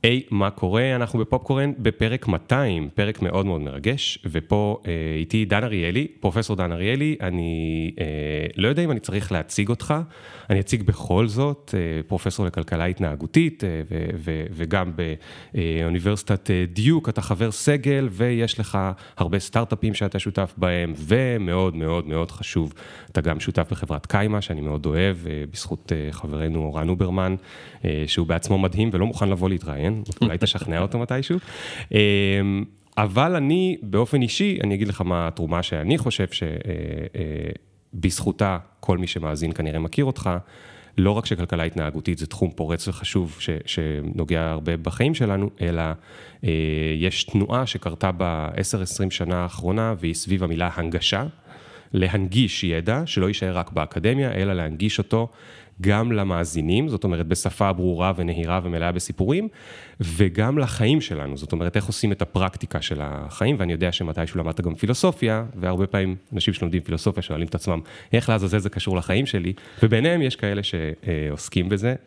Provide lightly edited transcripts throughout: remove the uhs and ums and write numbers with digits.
היי, מה קורה? אנחנו בפופקורן בפרק 200, פרק מאוד מאוד מרגש, ופה איתי דן אריאלי, פרופסור דן אריאלי, אני לא יודע אם אני צריך להציג אותך, אני אציג בכל זאת, פרופסור לכלכלה התנהגותית, וגם באוניברסיטת דיוק, אתה חבר סגל, ויש לך הרבה סטארט-אפים שאתה שותף בהם, ומאוד מאוד מאוד חשוב, אתה גם שותף בחברת קיימה, שאני מאוד אוהב, בזכות חברנו אורן אוברמן, שהוא בעצמו מדהים ולא מוכן לבוא להתראיין, אולי תשכנע אותו מתישהו. אבל אני, באופן אישי, אני אגיד לך מה התרומה שאני חושב שבזכותה כל מי שמאזין כנראה מכיר אותך, לא רק שכלכלה התנהגותית זה תחום פורץ וחשוב שנוגע הרבה בחיים שלנו, אלא יש תנועה שקרתה ב10-20 שנה האחרונה, והיא סביב המילה הנגשה, להנגיש ידע שלא יישאר רק באקדמיה, אלא להנגיש אותו גם למאזינים, זאת אומרת בשפה ברורה ונהירה ומלאה בסיפורים, וגם לחיים שלנו, זאת אומרת איך עושים את הפרקטיקה של החיים, ואני יודע שמתישהו למדת גם פילוסופיה, והרבה פעמים אנשים שלומדים פילוסופיה שואלים את עצמם, איך לעזאזל זה קשור לחיים שלי, וביניהם יש כאלה שעוסקים בזה.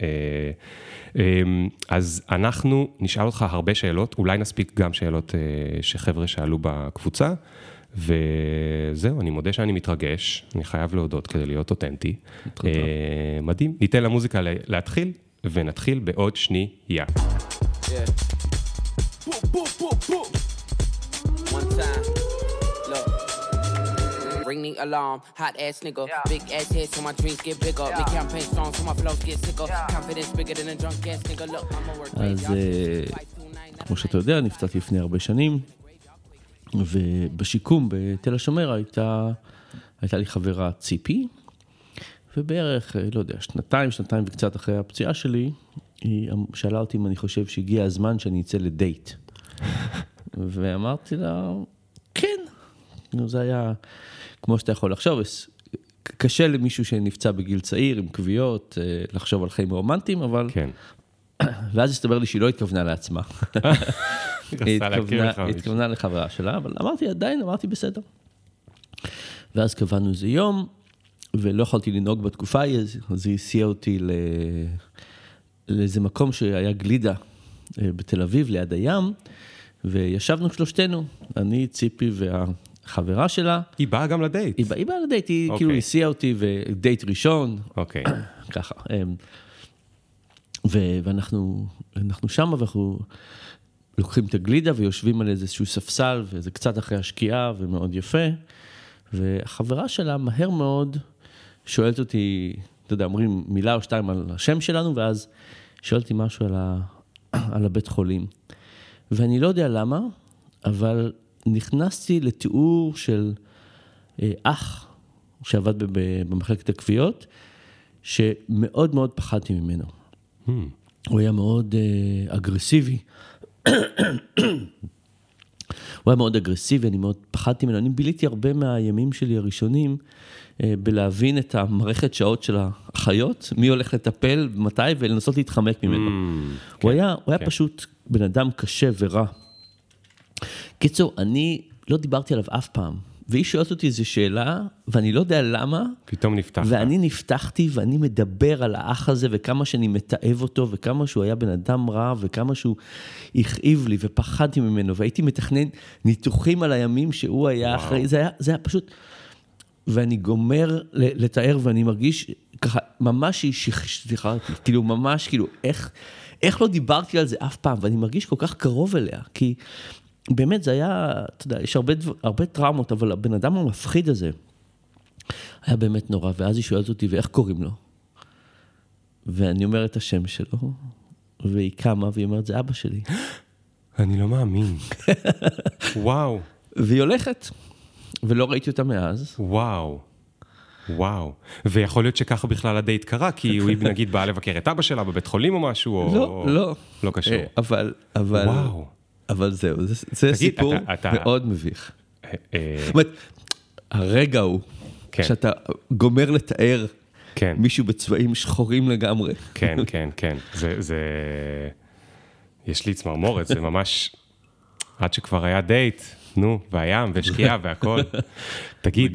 אז אנחנו נשאל אותך הרבה שאלות, אולי נספיק גם שאלות שחבר'ה שאלו בקבוצה, וזהו, אני מודה שאני מתרגש, אני חייב להודות כדי להיות אותנטי. מדהים. ניתן למוזיקה להתחיל, ונתחיל בעוד שנייה. Ring the alarm, hot ass nigga, big ass head so my dreams get bigger, make campaign strong so my flows get sicker, confidence bigger than a drunk ass nigga, look, I'm a work אז כמו שאתה יודע, נפצעתי לפני הרבה שנים, ובשיקום בתל השומר הייתה לי חברה ציפי, ובערך, לא יודע, שנתיים וקצת אחרי הפציעה שלי, היא שאלה אותי אם אני חושב שהגיע הזמן שאני אצא לדייט. ואמרתי לה, כן. זה היה, כמו שאתה יכול לחשוב, קשה למישהו שנפצע בגיל צעיר, עם כוויות, לחשוב על חיים רומנטיים, אבל... כן. ואז הסתבר לי שהיא לא התכוונה לעצמה. היא התכוונה לחברה שלה, אבל אמרתי בסדר. ואז קבענו איזה יום, ולא יכולתי לנהוג בתקופה, אז היא הסיעה אותי לאיזה מקום שהיה גלידה בתל אביב, ליד הים, וישבנו שלושתנו, אני, ציפי והחברה שלה. היא באה גם לדייט? היא באה לדייט, היא כאילו הסיעה אותי, ודייט ראשון. אוקיי. ככה. ואנחנו שם, ואנחנו לוקחים את הגלידה, ויושבים על איזשהו ספסל, וזה קצת אחרי השקיעה, ומאוד יפה. והחברה שלה מהר מאוד שואלת אותי, אתה יודע, אומרים מילה או שתיים על השם שלנו, ואז שואלתי משהו על הבית חולים. ואני לא יודע למה, אבל נכנסתי לתיאור של אח שעבד במחלקת הכוויות, שמאוד מאוד פחדתי ממנו. הוא היה מאוד אגרסיבי. הוא היה מאוד אגרסיבי, אני מאוד פחדתי ממנו. אני ביליתי הרבה מהימים שלי הראשונים בלהבין את המערכת שעות של האחיות, מי הולך לטפל, מתי, ולנסות להתחמק ממנו. הוא היה פשוט בן אדם קשה ורע. קיצור, אני לא דיברתי עליו אף פעם. והיא שואלת אותי איזו שאלה, ואני לא יודע למה. פתאום נפתחת. ואני נפתחתי, ואני מדבר על האח הזה, וכמה שאני מתאהב אותו, וכמה שהוא היה בן אדם רע, וכמה שהוא הכאיב לי, ופחדתי ממנו, והייתי מתכנן ניתוחים על הימים שהוא היה אחרי, זה היה פשוט, ואני גומר לתאר, ואני מרגיש ככה, ממש סליחה, כאילו ממש, כאילו, איך לא דיברתי על זה אף פעם, ואני מרגיש כל כך קרוב אליה, כי באמת זה היה, אתה יודע, יש הרבה טראומות, אבל הבן אדם המפחיד הזה היה באמת נורא, ואז היא שואלת אותי, ואיך קוראים לו? ואני אומר את השם שלו, והיא קמה, והיא אומרת, זה אבא שלי. אני לא מאמין. וואו. והיא הולכת, ולא ראיתי אותה מאז. וואו. ויכול להיות שככה בכלל הדייט קרה, כי הוא נגיד בא לבקר את אבא שלה בבית חולים או משהו, או... לא קשור. וואו. אבל זהו, זה סיפור מאוד מביך. זאת אומרת, הרגע הוא, שאתה גומר לתאר מישהו בצבעים שחורים לגמרי. כן. יש לי צמרמורת, זה ממש, עד שכבר היה דייט, והים ושקיעה והכל. תגיד,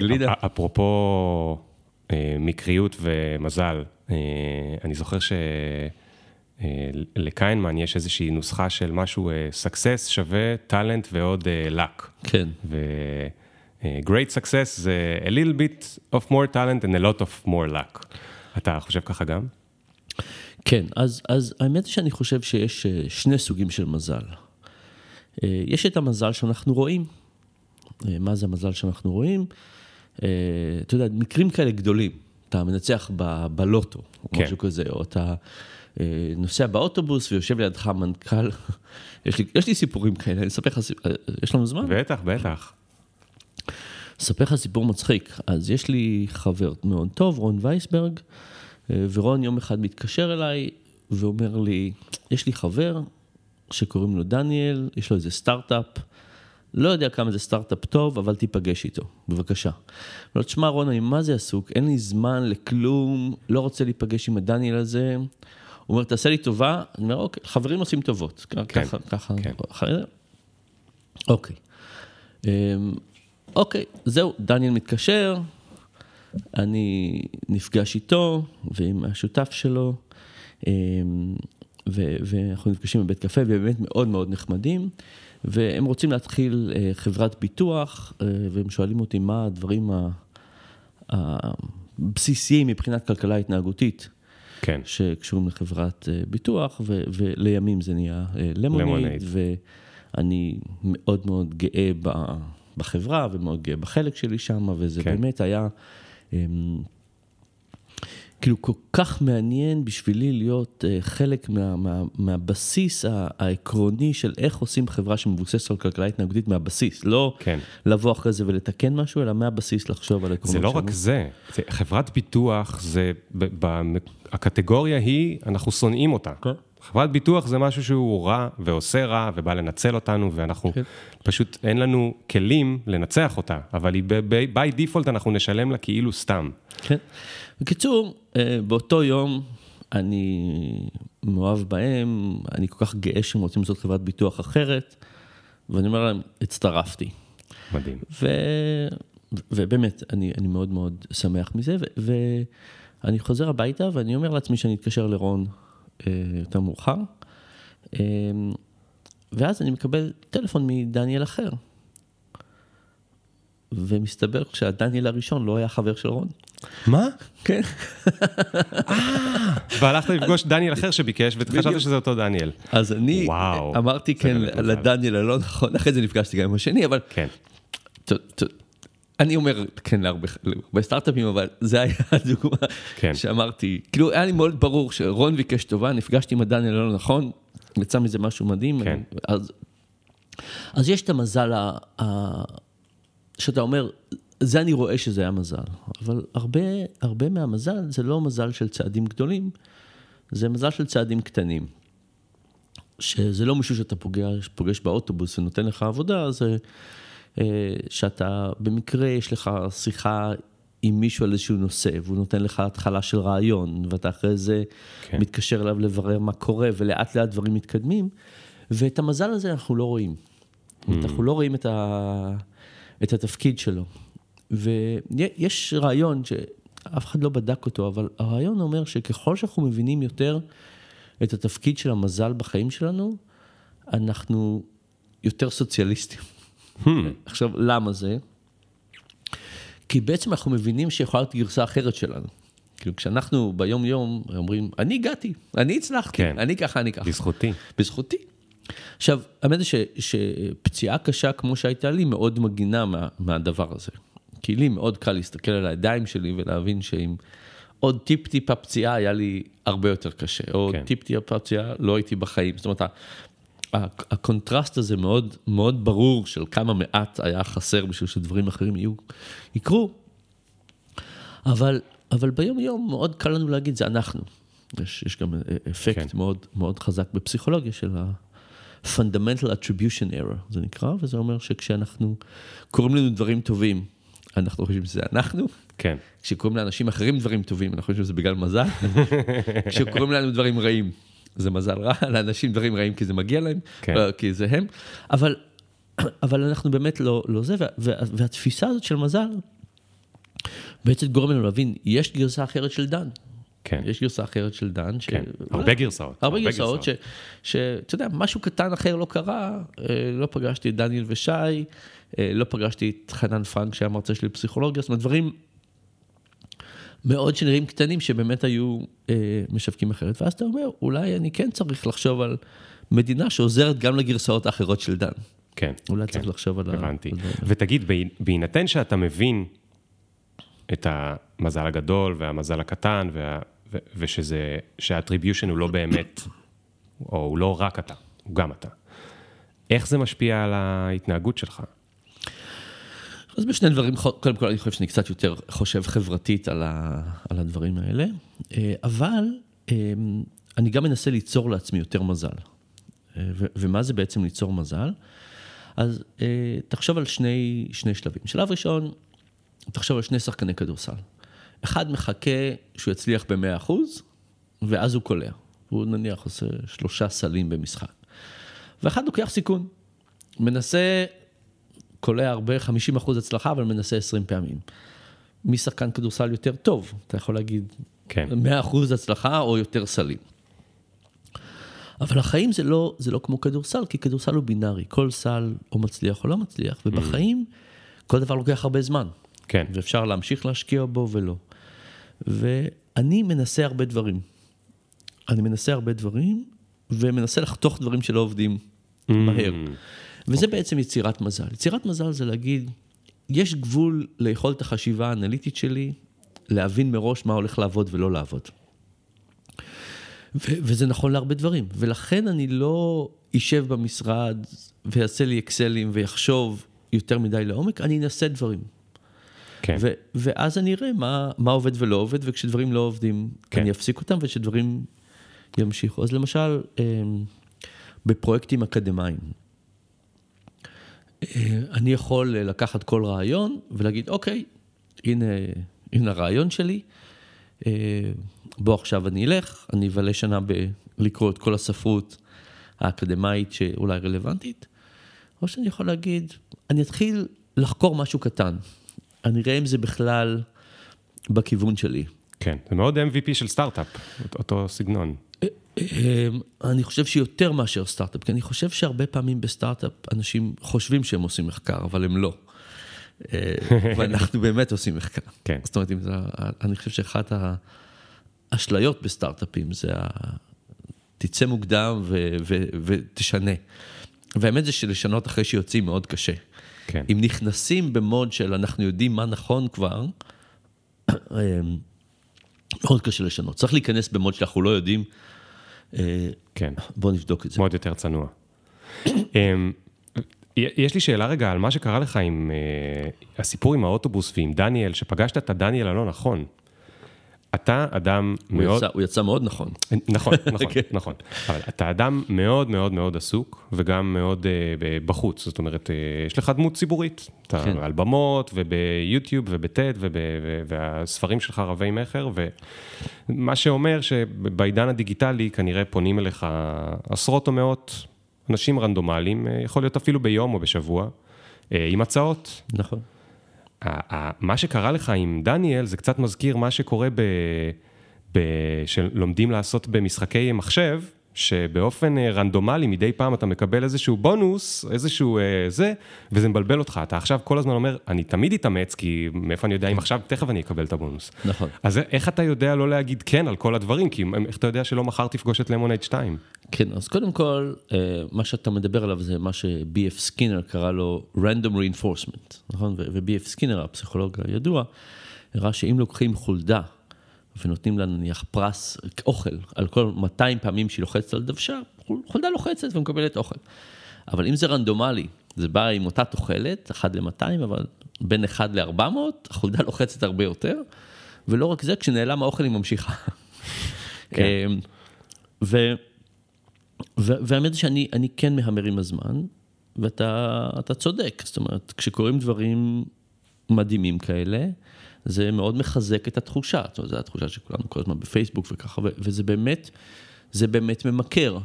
אפרופו מקריות ומזל, אני זוכר לקיינמן יש איזושהי נוסחה של משהו, success שווה talent ועוד luck. כן. Great success זה a little bit of more talent and a lot of more luck. אתה חושב ככה גם? כן, אז האמת היא שאני חושב שיש שני סוגים של מזל. יש את המזל שאנחנו רואים. מה זה המזל שאנחנו רואים? אתה יודע, מקרים כאלה גדולים. אתה מנצח בלוטו, או כן. משהו כזה, או אתה נוסע באוטובוס ויושב לידך מנכ"ל. יש לי סיפורים כאלה, אני אספר לך, יש לנו זמן? בטח, בטח. אספר לך סיפור מצחיק. אז יש לי חבר מאוד טוב, רון וייסברג, ורון יום אחד מתקשר אליי ואומר לי, יש לי חבר שקוראים לו דניאל, יש לו איזה סטארט-אפ, לא יודע כמה זה סטארט-אפ טוב, אבל תיפגש איתו, בבקשה. לא, תשמע רון, אני מה זה עסוק, אין לי זמן לכלום, לא רוצה להיפגש עם הדניאל הזה. הוא אומר, תעשה לי טובה, אני אומר, אוקיי, חברים עושים טובות, ככה, אוקיי. אוקיי, זהו, דניאל מתקשר, אני נפגש איתו ועם השותף שלו, ואנחנו נפגשים בבית קפה, ובאמת מאוד מאוד נחמדים, והם רוצים להתחיל חברת ביטוח, והם שואלים אותי מה הדברים הבסיסיים מבחינת כלכלה התנהגותית, כן. שקשורים לחברת ביטוח, ולימים זה נהיה למונייד, ואני מאוד מאוד גאה בחברה, ומאוד גאה בחלק שלי שם, וזה כן. באמת היה כאילו כל כך מעניין בשבילי להיות חלק מהבסיס העקרוני של איך עושים חברה שמבוססת על כלכלה התנהגותית מהבסיס, לא כן. לבוא אחרי זה ולתקן משהו, אלא מהבסיס לחשוב על עקרונות זה שלנו. לא רק זה, חברת ביטוח, הקטגוריה היא, אנחנו שונאים אותה. כן. חברת ביטוח זה משהו שהוא רע ועושה רע ובא לנצל אותנו, ואנחנו פשוט אין לנו כלים לנצח אותה, אבל היא by default אנחנו נשלם לה כאילו סתם. כן. בקיצור, באותו יום אני מאוהב בהם, אני כל כך גאה שהם רוצים לעשות חברת ביטוח אחרת, ואני אומר להם, הצטרפתי. מדהים. ובאמת, אני מאוד מאוד שמח מזה, ואני חוזר הביתה ואני אומר לעצמי שאני אתקשר לרון יותר מאוחר, ואז אני מקבל טלפון מדניאל אחר, ומסתבר שהדניאל הראשון לא היה חבר של רון. מה? כן. והלכת לפגוש דניאל אחר שביקש, וחשבת שזה אותו דניאל. אז אני אמרתי כן לדניאל הלא נכון, אחרי זה נפגשתי גם עם השני, אבל כן. אני אומר כן להרבה סטארט-אפים, אבל זה היה הדוגמה שאמרתי, כאילו היה לי מאוד ברור שרון ביקש טובה, נפגשתי עם הדניאל הלא נכון, יצא מזה משהו מדהים, אז יש את המזל שאתה אומר, זה אני רואה שזה היה מזל, אבל הרבה מהמזל זה לא מזל של צעדים גדולים, זה מזל של צעדים קטנים, שזה לא מישהו שאתה פוגש באוטובוס ונותן לך עבודה, זה שאתה במקרה יש לך שיחה עם מישהו על איזשהו נושא, והוא נותן לך התחלה של רעיון, ואתה אחרי זה מתקשר אליו לברר מה קורה, ולאט לאט דברים מתקדמים, ואת המזל הזה אנחנו לא רואים. אנחנו לא רואים את התפקיד שלו. ויש רעיון שאף אחד לא בדק אותו, אבל הרעיון אומר שככל שאנחנו מבינים יותר את התפקיד של המזל בחיים שלנו, אנחנו יותר סוציאליסטים. עכשיו, למה זה? כי בעצם אנחנו מבינים שיכולה להיות גרסה אחרת שלנו. כאילו, כשאנחנו ביום יום אומרים, אני הגעתי, אני הצלחתי, אני ככה, אני ככה. בזכותי. בזכותי. עכשיו, האמת היא שפציעה קשה כמו שהייתה לי מאוד מגינה מהדבר הזה. כי לי מאוד קל להסתכל על הידיים שלי ולהבין שאם עוד טיפ-טיפה פציעה היה לי הרבה יותר קשה, או טיפ-טיפה פציעה לא הייתי בחיים. זאת אומרת, הקונטרסט הזה מאוד, מאוד ברור של כמה מעט היה חסר בשביל שדברים אחרים יקרו. אבל ביום יום מאוד קל לנו להגיד, זה אנחנו. יש גם אפקט מאוד, מאוד חזק בפסיכולוגיה של ה-fundamental attribution error, זה נקרא, וזה אומר שכשאנחנו קוראים לנו דברים טובים, אנחנו חושבים שזה אנחנו. כן. כשקוראים לאנשים אחרים דברים טובים, אנחנו חושבים שזה בגלל מזל. כשקוראים לנו דברים רעים, זה מזל רע, לאנשים דברים רעים כי זה מגיע להם, כי זה הם. אבל אנחנו באמת לא זה, והתפיסה הזאת של מזל, בעצם גורם לנו להבין, יש גרסה אחרת של דן. כן. יש גרסה אחרת של דן. כן, הרבה גרסאות. הרבה גרסאות, שאתה יודע, משהו קטן אחר לא קרה, לא פגשתי את דניאל ושי, לא פגשתי את חנן פרנק, שהיה מרצה שלי בפסיכולוגיה, זאת אומרת, דברים מאוד שנראים קטנים, שבאמת היו משווקים אחרת, ואז אתה אומר, אולי אני כן צריך לחשוב על מדינה שעוזרת גם לגרסאות האחרות של דן. כן. אולי צריך לחשוב על... הבנתי. ותגיד, בהינתן שאתה מבין את המזל הגדול והמזל הקטן, שהאטריביושן הוא לא באמת, או הוא לא רק אתה, הוא גם אתה. איך זה משפיע על ההתנהגות שלך? אז בשני דברים, קודם כל אני חושב שאני קצת יותר חושב חברתית על הדברים האלה, אבל אני גם מנסה ליצור לעצמי יותר מזל. ומה זה בעצם ליצור מזל? אז תחשוב על שני שלבים. שלב ראשון, תחשוב על שני שחקני כדורסל. אחד מחכה שהוא יצליח ב-100%, ואז הוא קולע. הוא נניח עושה 3 סלים במשחק. ואחד לוקח סיכון. מנסה, קולע הרבה, 50% הצלחה, אבל מנסה 20 פעמים. מי שחקן כדורסל יותר טוב? אתה יכול להגיד, כן. 100% הצלחה או יותר סלים. אבל החיים זה לא כמו כדורסל, כי כדורסל הוא בינארי. כל סל או מצליח או לא מצליח, ובחיים כל דבר לוקח הרבה זמן. כן. ואפשר להמשיך להשקיע בו ולא. ואני מנסה הרבה דברים. ומנסה לחתוך דברים שלא עובדים מהר. וזה בעצם יצירת מזל. יצירת מזל זה להגיד, יש גבול ליכולת החשיבה האנליטית שלי, להבין מראש מה הולך לעבוד ולא לעבוד. וזה נכון להרבה דברים. ולכן אני לא יישב במשרד ויעשה לי אקסלים ויחשוב יותר מדי לעומק, אני אנסה דברים. כן. ואז אני אראה מה עובד ולא עובד, וכשדברים לא עובדים, כן. אני אפסיק אותם, וכשדברים ימשיכו. אז למשל, בפרויקטים אקדמיים, אני יכול לקחת כל רעיון, ולהגיד, אוקיי, הנה הרעיון שלי, בוא עכשיו אני אלך, אני אבלה שנה לקרוא את כל הספרות האקדמית שאולי רלוונטית, או שאני יכול להגיד, אני אתחיל לחקור משהו קטן, אני אראה אם זה בכלל בכיוון שלי. כן, זה מאוד MVP של סטארט-אפ, אותו סגנון. אני חושב שיותר מאשר סטארט-אפ, כי אני חושב שהרבה פעמים בסטארט-אפ אנשים חושבים שהם עושים מחקר, אבל הם לא. ואנחנו באמת עושים מחקר. כן. זאת אומרת, אני חושב שאחת האשליות בסטארט-אפים זה תצא מוקדם ותשנה. והאמת זה שלשנות אחרי שיוצאים מאוד קשה. כן. אם נכנסים במוד של אנחנו יודעים מה נכון כבר, מאוד קשה לשנות. צריך להיכנס במוד שאנחנו לא יודעים. כן. בואו נבדוק את זה. מאוד יותר צנוע. יש לי שאלה רגע על מה שקרה לך עם הסיפור עם האוטובוס ועם דניאל, שפגשת את הדניאל הלא נכון. אתה אדם מאוד... הוא יצא מאוד נכון. נכון. אבל אתה אדם מאוד מאוד מאוד עסוק, וגם מאוד בחוץ. זאת אומרת, יש לך דמות ציבורית. אתה על במות, וביוטיוב, ובטד, והספרים שלך רבי מחר, ומה שאומר שבעידן הדיגיטלי כנראה פונים אליך עשרות או מאות אנשים רנדומליים, יכול להיות אפילו ביום או בשבוע, עם הצעות. נכון. מה שקרה לך עם דניאל, זה קצת מזכיר מה שקורה שלומדים לעשות במשחקי מחשב, שבאופן רנדומלי, מדי פעם אתה מקבל איזשהו בונוס, איזשהו וזה מבלבל אותך. אתה עכשיו כל הזמן אומר, אני תמיד אתאמץ, כי מאיפה אני יודע אם עכשיו, תכף אני אקבל את הבונוס. נכון. אז איך אתה יודע לא להגיד כן על כל הדברים? כי איך אתה יודע שלא מחר תפגוש את למונייד 2? כן, אז קודם כל, מה שאתה מדבר עליו זה מה ש-B.F. סקינר קרא לו random reinforcement, נכון? ו-B.F. סקינר, הפסיכולוג הידוע, הראה שאם לוקחים חולדה, ונותנים לה נניח פרס, אוכל, על כל 200 פעמים שהיא לוחצת על דוושה, חולדה לוחצת ומקבלת אוכל. אבל אם זה רנדומלי, זה בא עם אותה תוחלת, 1 ל-200, אבל בין 1 ל-400, החולדה לוחצת הרבה יותר, ולא רק זה, כשנעלם האוכל היא ממשיכה. כן. והאמת זה שאני כן מהמר עם הזמן, ואתה צודק, זאת אומרת, כשקוראים דברים מדהימים כאלה, זה מאוד מחזק את התחושה, זאת אומרת, זו התחושה שכולנו כל הזמן בפייסבוק וככה, וזה באמת ממכר.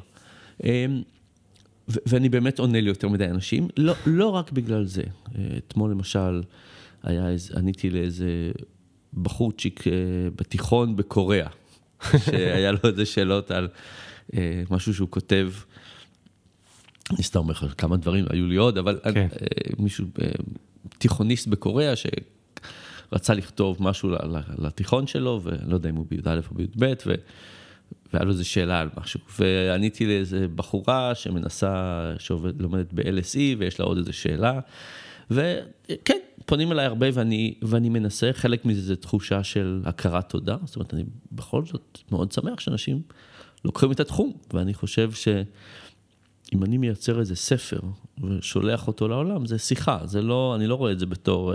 ואני באמת עונה לי יותר מדי אנשים, לא רק בגלל זה. אתמול למשל, עניתי לאיזה בחורצ'יק בתיכון בקוריאה, שהיה לו איזה שאלות על משהו שהוא כותב, אני סתם אומר לך כמה דברים, היו לי עוד, אבל מישהו, תיכוניסט בקוריאה, שרצה לכתוב משהו לתיכון שלו, ולא יודע אם הוא בי"א או בי"ב, והיה לו איזו שאלה על משהו, ועניתי לאיזו בחורה שמנסה, שלומדת ב-LSE, ויש לה עוד איזו שאלה, וכן, פונים אליי הרבה, ואני מנסה, חלק מזה זה תחושה של הכרת תודה, זאת אומרת, אני בכל זאת מאוד שמח שאנשים לוקחים את התחום, ואני חושב שאם אני מייצר איזה ספר, ושולח אותו לעולם, זה שיחה, זה לא, אני לא רואה את זה בתור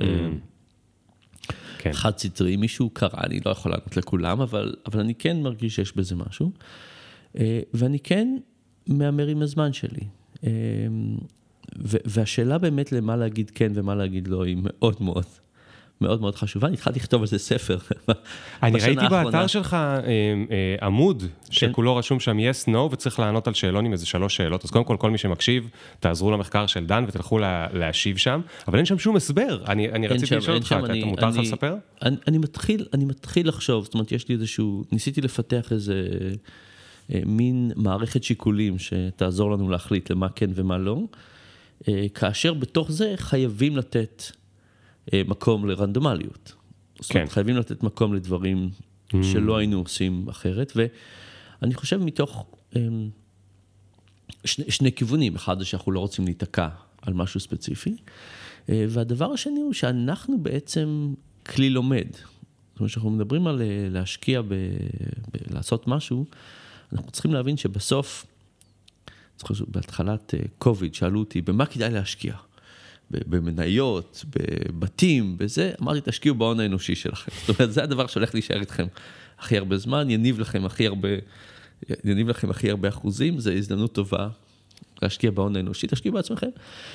חד סטרי, מישהו קרא, אני לא יכול לענות לכולם, אבל אני כן מרגיש שיש בזה משהו, ואני כן מאמר עם הזמן שלי, והשאלה באמת למה להגיד כן ומה להגיד לא, היא מאוד מאוד, מאוד מאוד חשובה. אני התחלתי לכתוב על זה ספר. אני ראיתי באתר שלך עמוד, שכולו רשום שם yes, no, וצריך לענות על שאלון עם איזה 3 שאלות. אז קודם כל מי שמקשיב, תעזרו למחקר של דן ותלכו להשיב שם, אבל אין שם שום הסבר. אני רציתי לשאול אותך, אתה מותר לך לספר? אני מתחיל לחשוב, זאת אומרת, יש לי איזשהו, ניסיתי לפתח איזה מין מערכת שיקולים, שתעזור לנו להחליט למה כן ומה לא, כאשר בתוך זה חייבים לתת מקום לרנדומליות. זאת אומרת, חייבים לתת מקום לדברים שלא היינו עושים אחרת, ואני חושב מתוך שני כיוונים, אחד זה שאנחנו לא רוצים להתעקע על משהו ספציפי, והדבר השני הוא שאנחנו בעצם כלי לומד. זאת אומרת, שאנחנו מדברים על להשקיע לעשות משהו, אנחנו צריכים להבין שבסוף, בהתחלת קוביד, שאלו אותי, במה כדאי להשקיע? במניות, בבתים, בזה, אמרתי, תשקיעו בהון האנושי שלכם. זאת אומרת, זה הדבר שהולך להישאר איתכם הכי הרבה זמן, יניב לכם הכי הרבה אחוזים, זו הזדמנות טובה להשקיע בהון האנושי, תשקיעו בעצמכם.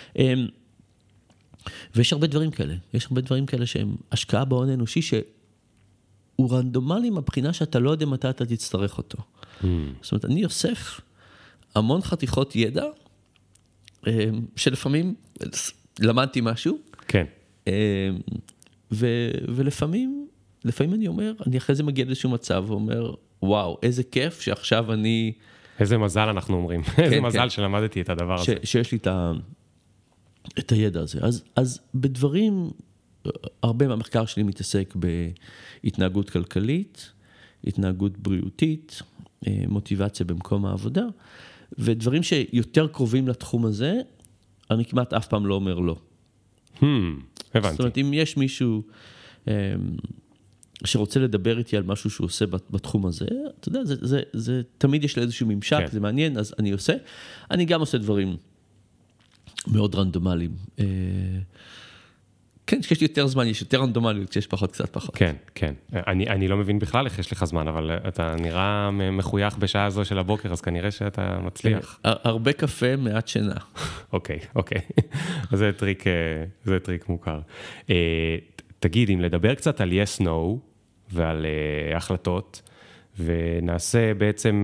ויש הרבה דברים כאלה, יש הרבה דברים כאלה שהם השקעה בהון האנושי, שהוא רנדומלי מבחינה שאתה לא יודע מתי אתה תצטרך אותו. זאת אומרת, אני אוסף המון חתיכות ידע, שלפעמים למדתי משהו, כן. ולפעמים אני אומר, אני אחרי זה מגיע לאיזשהו מצב ואומר, וואו, איזה כיף שעכשיו אני... איזה מזל אנחנו אומרים, איזה מזל שלמדתי את הדבר הזה. שיש לי את הידע הזה. אז בדברים, הרבה מהמחקר שלי מתעסק בהתנהגות כלכלית, התנהגות בריאותית, מוטיבציה במקום העבודה, ודברים שיותר קרובים לתחום הזה, אני כמעט אף פעם לא אומר לא. הבנתי. זאת אומרת, אם יש מישהו שרוצה לדבר איתי על משהו שהוא עושה בתחום הזה, אתה יודע, זה תמיד יש לה איזשהו ממשק, זה מעניין, אז אני עושה. אני גם עושה דברים מאוד רנדומליים. כן, כשיש יותר זמן, יש יותר רנדומליות, כשיש פחות, קצת פחות. כן, כן. אני לא מבין בכלל איך יש לך זמן, אבל אתה נראה מחוייך בשעה הזו של הבוקר, אז כנראה שאתה מצליח. הרבה קפה, מעט שינה. אוקיי. זה טריק מוכר. תגיד, אם לדבר קצת על yes, no, ועל החלטות, ונעשה בעצם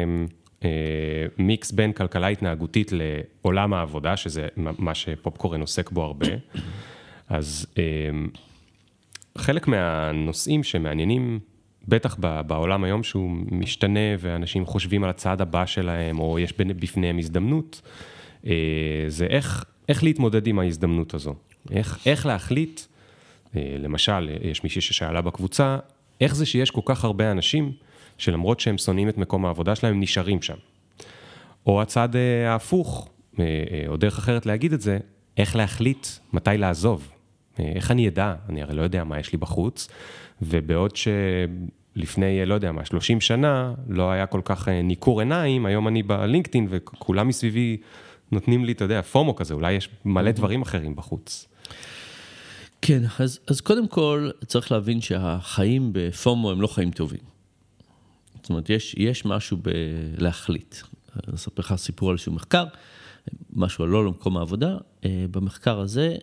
מיקס בין כלכלה התנהגותית לעולם העבודה, שזה מה שפופקורן עוסק בו הרבה, אז חלק מהנושאים שמעניינים, בטח בעולם היום שהוא משתנה, ואנשים חושבים על הצעד הבא שלהם, או יש בפניהם הזדמנות, זה איך להתמודד עם ההזדמנות הזו. איך להחליט, למשל, יש מישהי ששאלה בקבוצה, איך זה שיש כל כך הרבה אנשים, שלמרות שהם שונאים את מקום העבודה שלהם, נשארים שם. או הצד ההפוך, או דרך אחרת להגיד את זה, איך להחליט מתי לעזוב. איך אני ידע? אני הרי לא יודע מה יש לי בחוץ, ובעוד שלפני, לא יודע מה, 30 שנה, לא היה כל כך ניכור עיניים, היום אני בלינקדאין, וכולם מסביבי נותנים לי, אתה יודע, פומו כזה, אולי יש מלא דברים אחרים בחוץ. כן, אז קודם כל צריך להבין שהחיים בפומו הם לא חיים טובים. זאת אומרת, יש משהו להחליט. אני אספר לך סיפור על איזשהו מחקר, משהו לא למקום העבודה. במחקר הזה,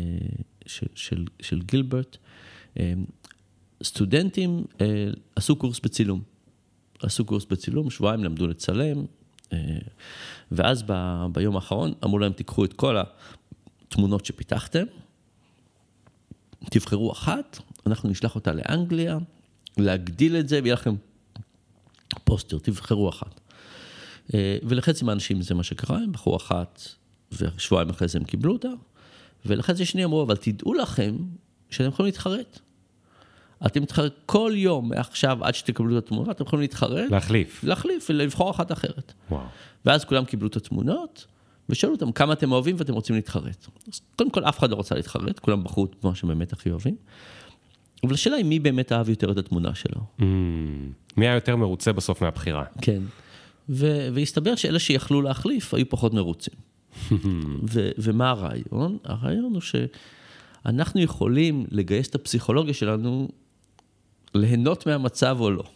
של גילברט, סטודנטים עשו קורס בצילום, שבועיים למדו לצלם, ואז ביום האחרון אמרו להם, תיקחו את כל התמונות שפיתחתם, תבחרו אחת, אנחנו נשלח אותה לאנגליה, להגדיל את זה, ויהיה לכם פוסטר, תבחרו אחת. ולחצי מהאנשים זה מה שקרה, הם בחרו אחת, ושבועיים אחרי זה הם קיבלו אותה, ולחצי שני אמרו, אבל תדעו לכם שאתם יכולים להתחרט. אתם מתחרט כל יום, מעכשיו עד שתקבלו את התמונה, אתם יכולים להתחרט. להחליף ולבחור אחת אחרת. וואו. ואז כולם קיבלו את התמונות, ושאלו אותם כמה אתם אוהבים ואתם רוצים להתחרט. אז קודם כל אף אחד לא רוצה להתחרט, כולם בחרו את מה שבאמת הכי אוהבים. אבל השאלה היא מי באמת אהב יותר את התמונה שלו. מי היה יותר מרוצה בסוף מהבחירה? כן. והסתבר שאלה שיכלו להחליף היו פחות מרוצים. ומה הרעיון? הרעיון הוא שאנחנו יכולים לגייס את הפסיכולוגיה שלנו ליהנות מהמצב או לא.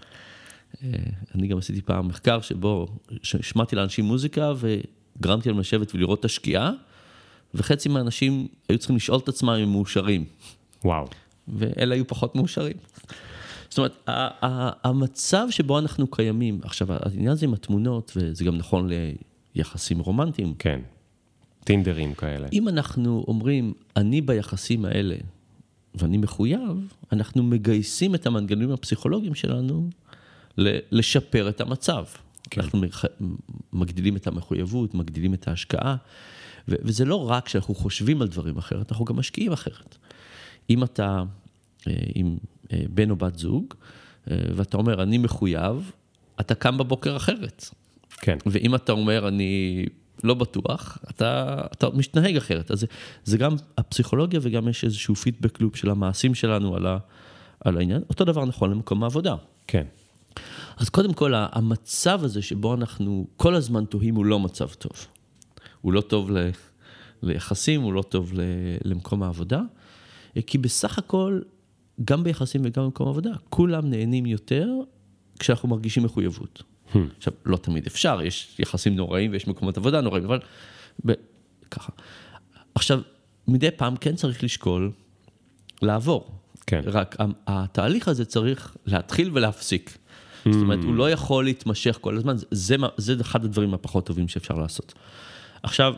אני גם עשיתי פעם מחקר שבו שמעתי לאנשים מוזיקה וגרמתי להם לשבת ולראות את השקיעה, וחצי מהאנשים היו צריכים לשאול את עצמם אם הם מאושרים. וואו. ואלה היו פחות מאושרים. זאת אומרת, המצב שבו אנחנו קיימים, עכשיו, העניין הזה עם התמונות, וזה גם נכון ליחסים רומנטיים. כן, טינדרים כאלה. אם אנחנו אומרים, אני ביחסים האלה, ואני מחויב, אנחנו מגייסים את המנגנונים הפסיכולוגיים שלנו, לשפר את המצב. כן. אנחנו מגדילים את המחויבות, מגדילים את ההשקעה, וזה לא רק שאנחנו חושבים על דברים אחרת, אנחנו גם משקיעים אחרת. אם אתה עם בן או בת זוג, ואתה אומר, אני מחויב, אתה קם בבוקר אחרת. כן. ואם אתה אומר, אני לא בטוח, אתה משתנהג אחרת. אז זה גם הפסיכולוגיה, וגם יש איזשהו פידבק לופ של המעשים שלנו על העניין. אותו דבר נכון למקום העבודה. כן. אז קודם כל, המצב הזה שבו אנחנו כל הזמן תוהים, הוא לא מצב טוב. הוא לא טוב ליחסים, הוא לא טוב למקום העבודה, כי בסך הכל, גם ביחסים וגם במקום העבודה, כולם נהנים יותר כשאנחנו מרגישים מחויבות. עכשיו, לא תמיד אפשר, יש יחסים נוראים ויש מקומות עבודה נוראים, אבל ככה. עכשיו, מדי פעם כן צריך לשקול לעבור. כן. רק התהליך הזה צריך להתחיל ולהפסיק. זאת אומרת, הוא לא יכול להתמשך כל הזמן, זה אחד הדברים הפחות טובים שאפשר לעשות. עכשיו,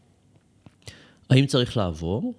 האם צריך לעבור?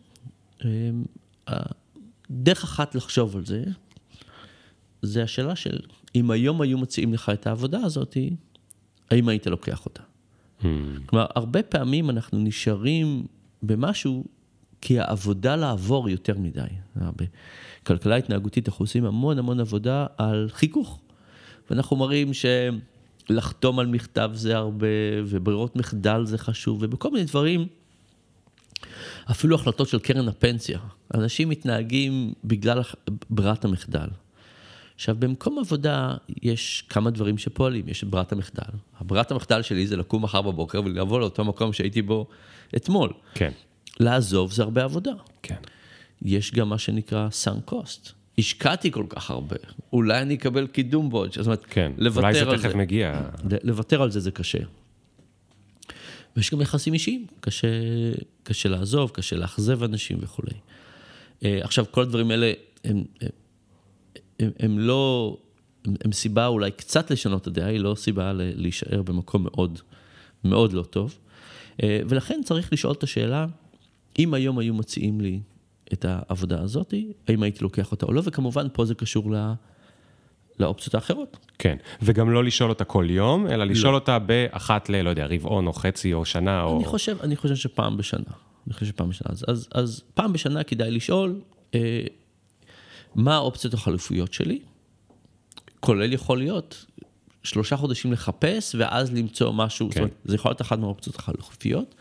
דרך אחת לחשוב על זה, זה השאלה של, אם היום היו מציעים לך את העבודה הזאת, האם היית לוקח אותה? כלומר, הרבה פעמים אנחנו נשארים במשהו, כי העבודה לעבור יותר מדי. בכלכלה התנהגותית אנחנו עושים המון המון עבודה על חיכוך. ואנחנו מראים שלחתום על מכתב זה הרבה, וברירות מחדל זה חשוב, ובכל מיני דברים, אפילו החלטות של קרן הפנסיה. אנשים מתנהגים בגלל ברירת המחדל. עכשיו, במקום עבודה יש כמה דברים שפועלים. יש את ברירת המחדל. הברירת המחדל שלי זה לקום מחר בבוקר ולבוא לאותו מקום שהייתי בו אתמול. כן. לעזוב זה הרבה עבודה. כן. יש גם מה שנקרא sunk cost. השקעתי כל כך הרבה. אולי אני אקבל קידום בו. זאת אומרת, כן. לוותר על זה. אולי זה תכף מגיע. לוותר על זה זה קשה. ויש גם יחסים אישיים. קשה לעזוב, קשה לאכזב אנשים וכו'. עכשיו, כל הדברים האלה הם לא, הם סיבה אולי קצת לשנות את הדעה, היא לא סיבה להישאר במקום מאוד, מאוד לא טוב. ולכן צריך לשאול את השאלה, אם היום היו מציעים לי את העבודה הזאת, האם הייתי לוקח אותה או לא, וכמובן פה זה קשור לאופציות האחרות. כן, וגם לא לשאול אותה כל יום, אלא לשאול אותה באחת לא יודע, רבעון או חצי או שנה או... אני חושב שפעם בשנה. אז פעם בשנה כדאי לשאול, מה האופציות החלופיות שלי? כולל יכול להיות 3 חודשים לחפש, ואז למצוא משהו, זאת אומרת, זה יכול להיות אחת מהאופציות החלופיות,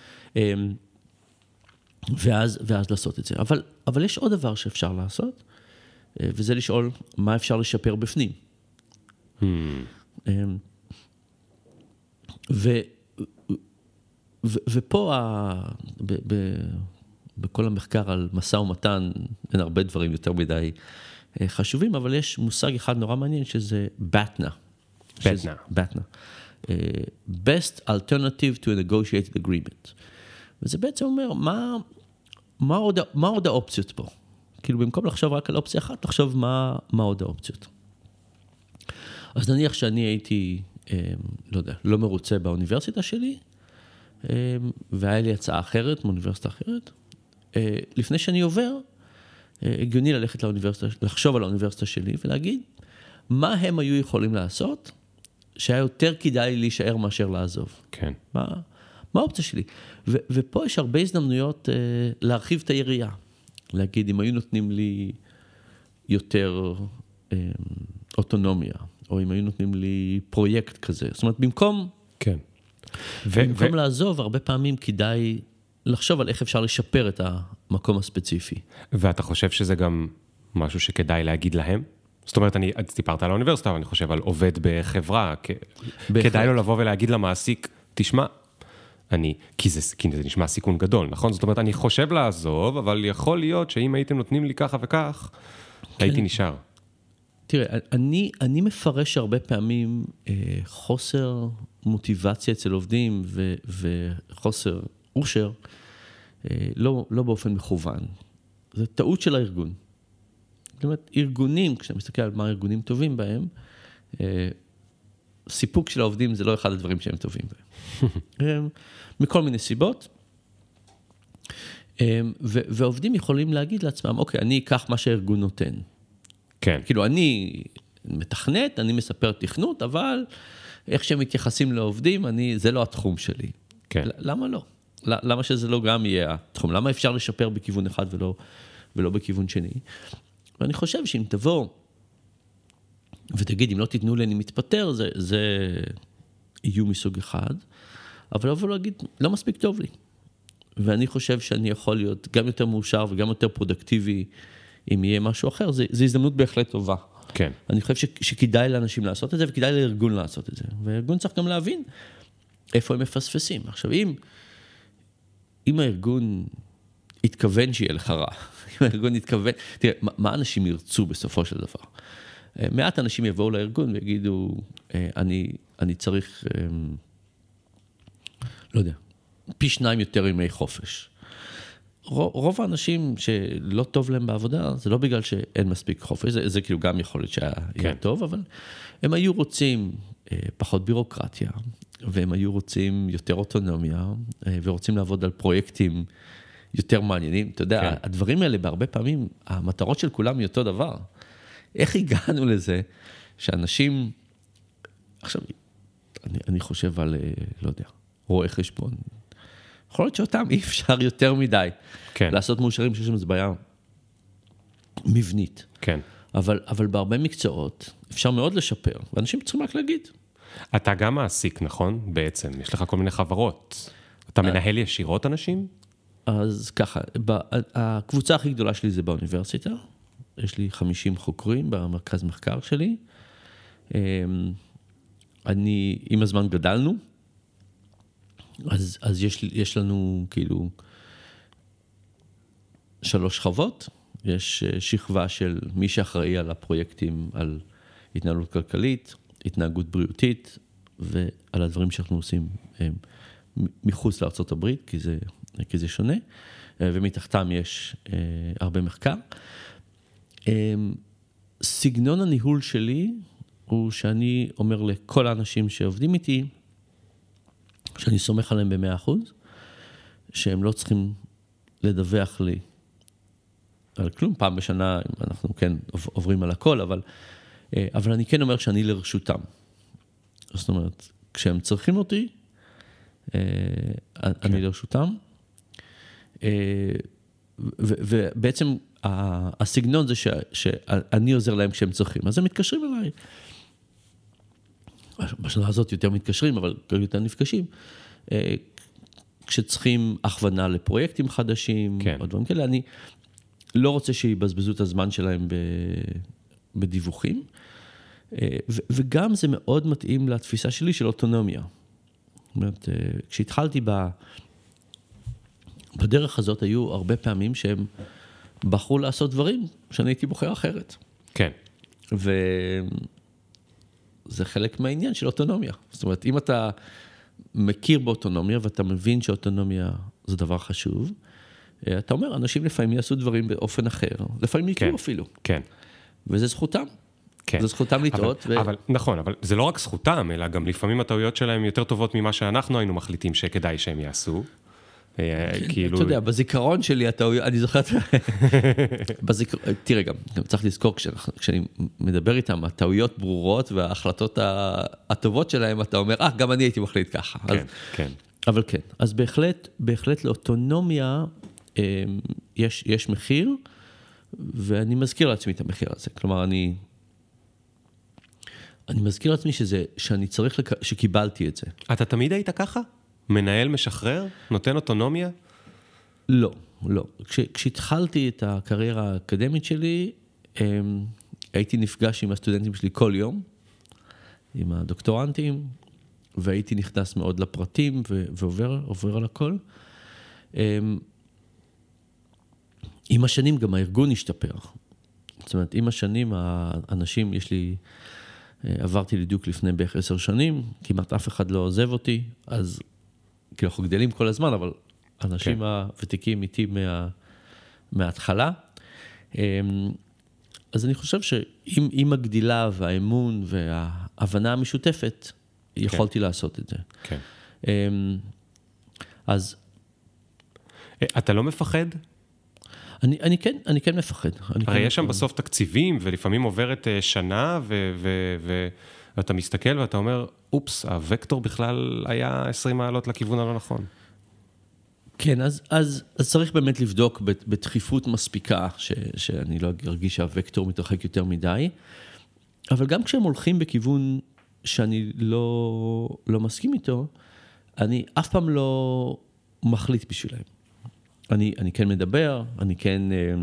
ואז לעשות את זה. אבל יש עוד דבר שאפשר לעשות, וזה לשאול מה אפשר לשפר בפנים. ופה, בכל המחקר על משא ומתן, אין הרבה דברים יותר מדי חשובים, אבל יש מושג אחד נורא מעניין, שזה BATNA. Best Alternative to a Negotiated Agreement. וזה בעצם אומר, מה עוד האופציות פה? כאילו, במקום לחשוב רק על אופציה אחת, לחשוב מה עוד האופציות. אז נניח שאני הייתי, לא יודע, לא מרוצה באוניברסיטה שלי, והיה לי הצעה אחרת, מאוניברסיטה אחרת, לפני שאני עובר, הגיוני ללכת לאוניברסיטה, לחשוב על האוניברסיטה שלי ולהגיד, מה הם היו יכולים לעשות, שהיה יותר כדאי להישאר מאשר לעזוב. כן. מה האופציה שלי? ופה יש הרבה הזדמנויות להרחיב את היריעה. להגיד, אם היו נותנים לי יותר אוטונומיה, או אם היו נותנים לי פרויקט כזה. זאת אומרת, במקום לעזוב, הרבה פעמים כדאי לחשוב על איך אפשר לשפר את המקום הספציפי. ואתה חושב שזה גם משהו שכדאי להגיד להם? זאת אומרת, אני סיפרת על האוניברסיטה, אבל אני חושב על עובד בחברה, כדאי לו לבוא ולהגיד למעסיק, תשמע, כי זה נשמע סיכון גדול, נכון? זאת אומרת, אני חושב לעזוב, אבל יכול להיות שאם הייתם נותנים לי ככה וכך, הייתי נשאר. תראה, אני מפרש הרבה פעמים חוסר מוטיבציה אצל עובדים וחוסר אושר, לא באופן מכוון. זה טעות של הארגון. זאת אומרת, ארגונים, כשאתה מסתכל על מה ארגונים טובים בהם, סיפוק של העובדים זה לא אחד הדברים שהם טובים בהם. מכל מיני סיבות. ועובדים יכולים להגיד לעצמם, אוקיי, אני אקח מה שהארגון נותן. כן. כאילו, אני מתכנת, אני מספר תכנות, אבל איך שהם מתייחסים לעובדים, זה לא התחום שלי. כן. למה לא? למה שזה לא גם יהיה התחום? למה אפשר לשפר בכיוון אחד ולא בכיוון שני? ואני חושב שאם תבוא ותגיד, אם לא תיתנו לי, אני מתפטר, זה איום מסוג אחד, אבל לבוא להגיד, לא מספיק טוב לי. ואני חושב שאני יכול להיות גם יותר מאושר וגם יותר פרודקטיבי, אם יהיה משהו אחר, זו הזדמנות בהחלט טובה. כן. אני חושב שכדאי לאנשים לעשות את זה, וכדאי לארגון לעשות את זה. והארגון צריך גם להבין איפה הם מפספסים. עכשיו, אם הארגון התכוון שיהיה לך רע, אם הארגון התכוון, תראה, מה אנשים ירצו בסופו של דבר? מעט אנשים יבואו לארגון ויגידו, אני צריך, לא יודע, פי 2 יותר ימי חופש. רוב האנשים שלא טוב להם בעבודה, זה לא בגלל שאין מספיק חופש, זה כאילו גם יכול להיות שהיה טוב, אבל הם היו רוצים פחות בירוקרטיה, והם היו רוצים יותר אוטונומיה, ורוצים לעבוד על פרויקטים יותר מעניינים. אתה יודע, הדברים האלה בהרבה פעמים, המטרות של כולם היא אותו דבר. איך הגענו לזה שאנשים, עכשיו, אני חושב על, לא יודע, רואה חשבון, יכול להיות שאותם אי אפשר יותר מדי לעשות מאושרים שיש שם איזו בעיה מבנית. כן. אבל בהרבה מקצועות אפשר מאוד לשפר, ואנשים צריכים רק להגיד. אתה גם מעסיק, נכון? בעצם, יש לך כל מיני חברות. אתה מנהל ישירות אנשים? אז ככה, הקבוצה הכי גדולה שלי זה באוניברסיטה, יש לי 50 חוקרים במרכז מחקר שלי, עם הזמן גדלנו, אז יש לנו כאילו 3 שכבות, יש שכבה של מי שאחראי על הפרויקטים, על התנהלות כלכלית, התנהגות בריאותית, ועל הדברים שאנחנו עושים מחוץ לארצות הברית, כי זה שונה, ומתחתם יש הרבה מחקר. סגנון הניהול שלי הוא שאני אומר לכל האנשים שעובדים איתי, שאני סומך עליהם ב100%, שהם לא צריכים לדווח לי על כלום, פעם בשנה אנחנו כן עוברים על הכל, אבל אני כן אומר שאני לרשותם. זאת אומרת, כשהם צריכים אותי, אני לרשותם, ובעצם הסגנון זה שאני עוזר להם כשהם צריכים, אז הם מתקשרים אליי. בשנה הזאת יותר מתקשרים, אבל יותר נפגשים. כשצריכים הכוונה לפרויקטים חדשים, או דברים כאלה, אני לא רוצה שיבזבזו את הזמן שלהם בדיווחים, וגם זה מאוד מתאים לתפיסה שלי של אוטונומיה. זאת אומרת, כשהתחלתי בדרך הזאת, היו הרבה פעמים שהם בחרו לעשות דברים שאני הייתי בוחר אחרת. כן. זה חלק מהעניין של אוטונומיה. זאת אומרת, אם אתה מכיר באוטונומיה, ואתה מבין שאוטונומיה זה דבר חשוב, אתה אומר, אנשים לפעמים יעשו דברים באופן אחר, לפעמים יקרו אפילו. כן. וזה זכותם. כן. זה זכותם לטעות. נכון, אבל זה לא רק זכותם, אלא גם לפעמים הטעויות שלהם יותר טובות ממה שאנחנו היינו מחליטים שכדאי שהם יעשו. כאילו... אתה יודע, בזיכרון שלי, אני זוכר... תראה גם צריך לזכור, כשאני מדבר איתם, הטעויות ברורות וההחלטות הטובות שלהם, אתה אומר, גם אני הייתי מחליט ככה. כן, כן. אבל כן, אז בהחלט לאוטונומיה יש מחיר, ואני מזכיר לעצמי את המחיר הזה. כלומר, אני מזכיר לעצמי שאני צריך, שקיבלתי את זה. אתה תמיד היית ככה? מנהל משחרר? נותן אוטונומיה? לא. כשהתחלתי את הקריירה האקדמית שלי, הייתי נפגש עם הסטודנטים שלי כל יום, עם הדוקטורנטים, והייתי נכנס מאוד לפרטים ועובר על הכל. עם השנים גם הארגון השתפר. זאת אומרת, עם השנים האנשים, עברתי לדיוק לפני בערך 10 שנים, כמעט אף אחד לא עוזב אותי, אז כאילו אנחנו גדלים כל הזמן, אבל אנשים הוותיקים איתי מההתחלה. אז אני חושב שעם הגדילה והאמון וההבנה המשותפת, יכולתי לעשות את זה. כן. אז... אתה לא מפחד? אני כן מפחד. הרי יש שם בסוף תקציבים, ולפעמים עוברת שנה, ואתה מסתכל ואתה אומר, אופס, הוקטור בכלל היה 20 מעלות לכיוון הלא נכון. כן, אז צריך באמת לבדוק בדחיפות מספיקה, שאני לא ארגיש שהווקטור מתרחק יותר מדי, אבל גם כשהם הולכים בכיוון שאני לא מסכים איתו, אני אף פעם לא מחליט בשבילם. אני כן מדבר, אני כן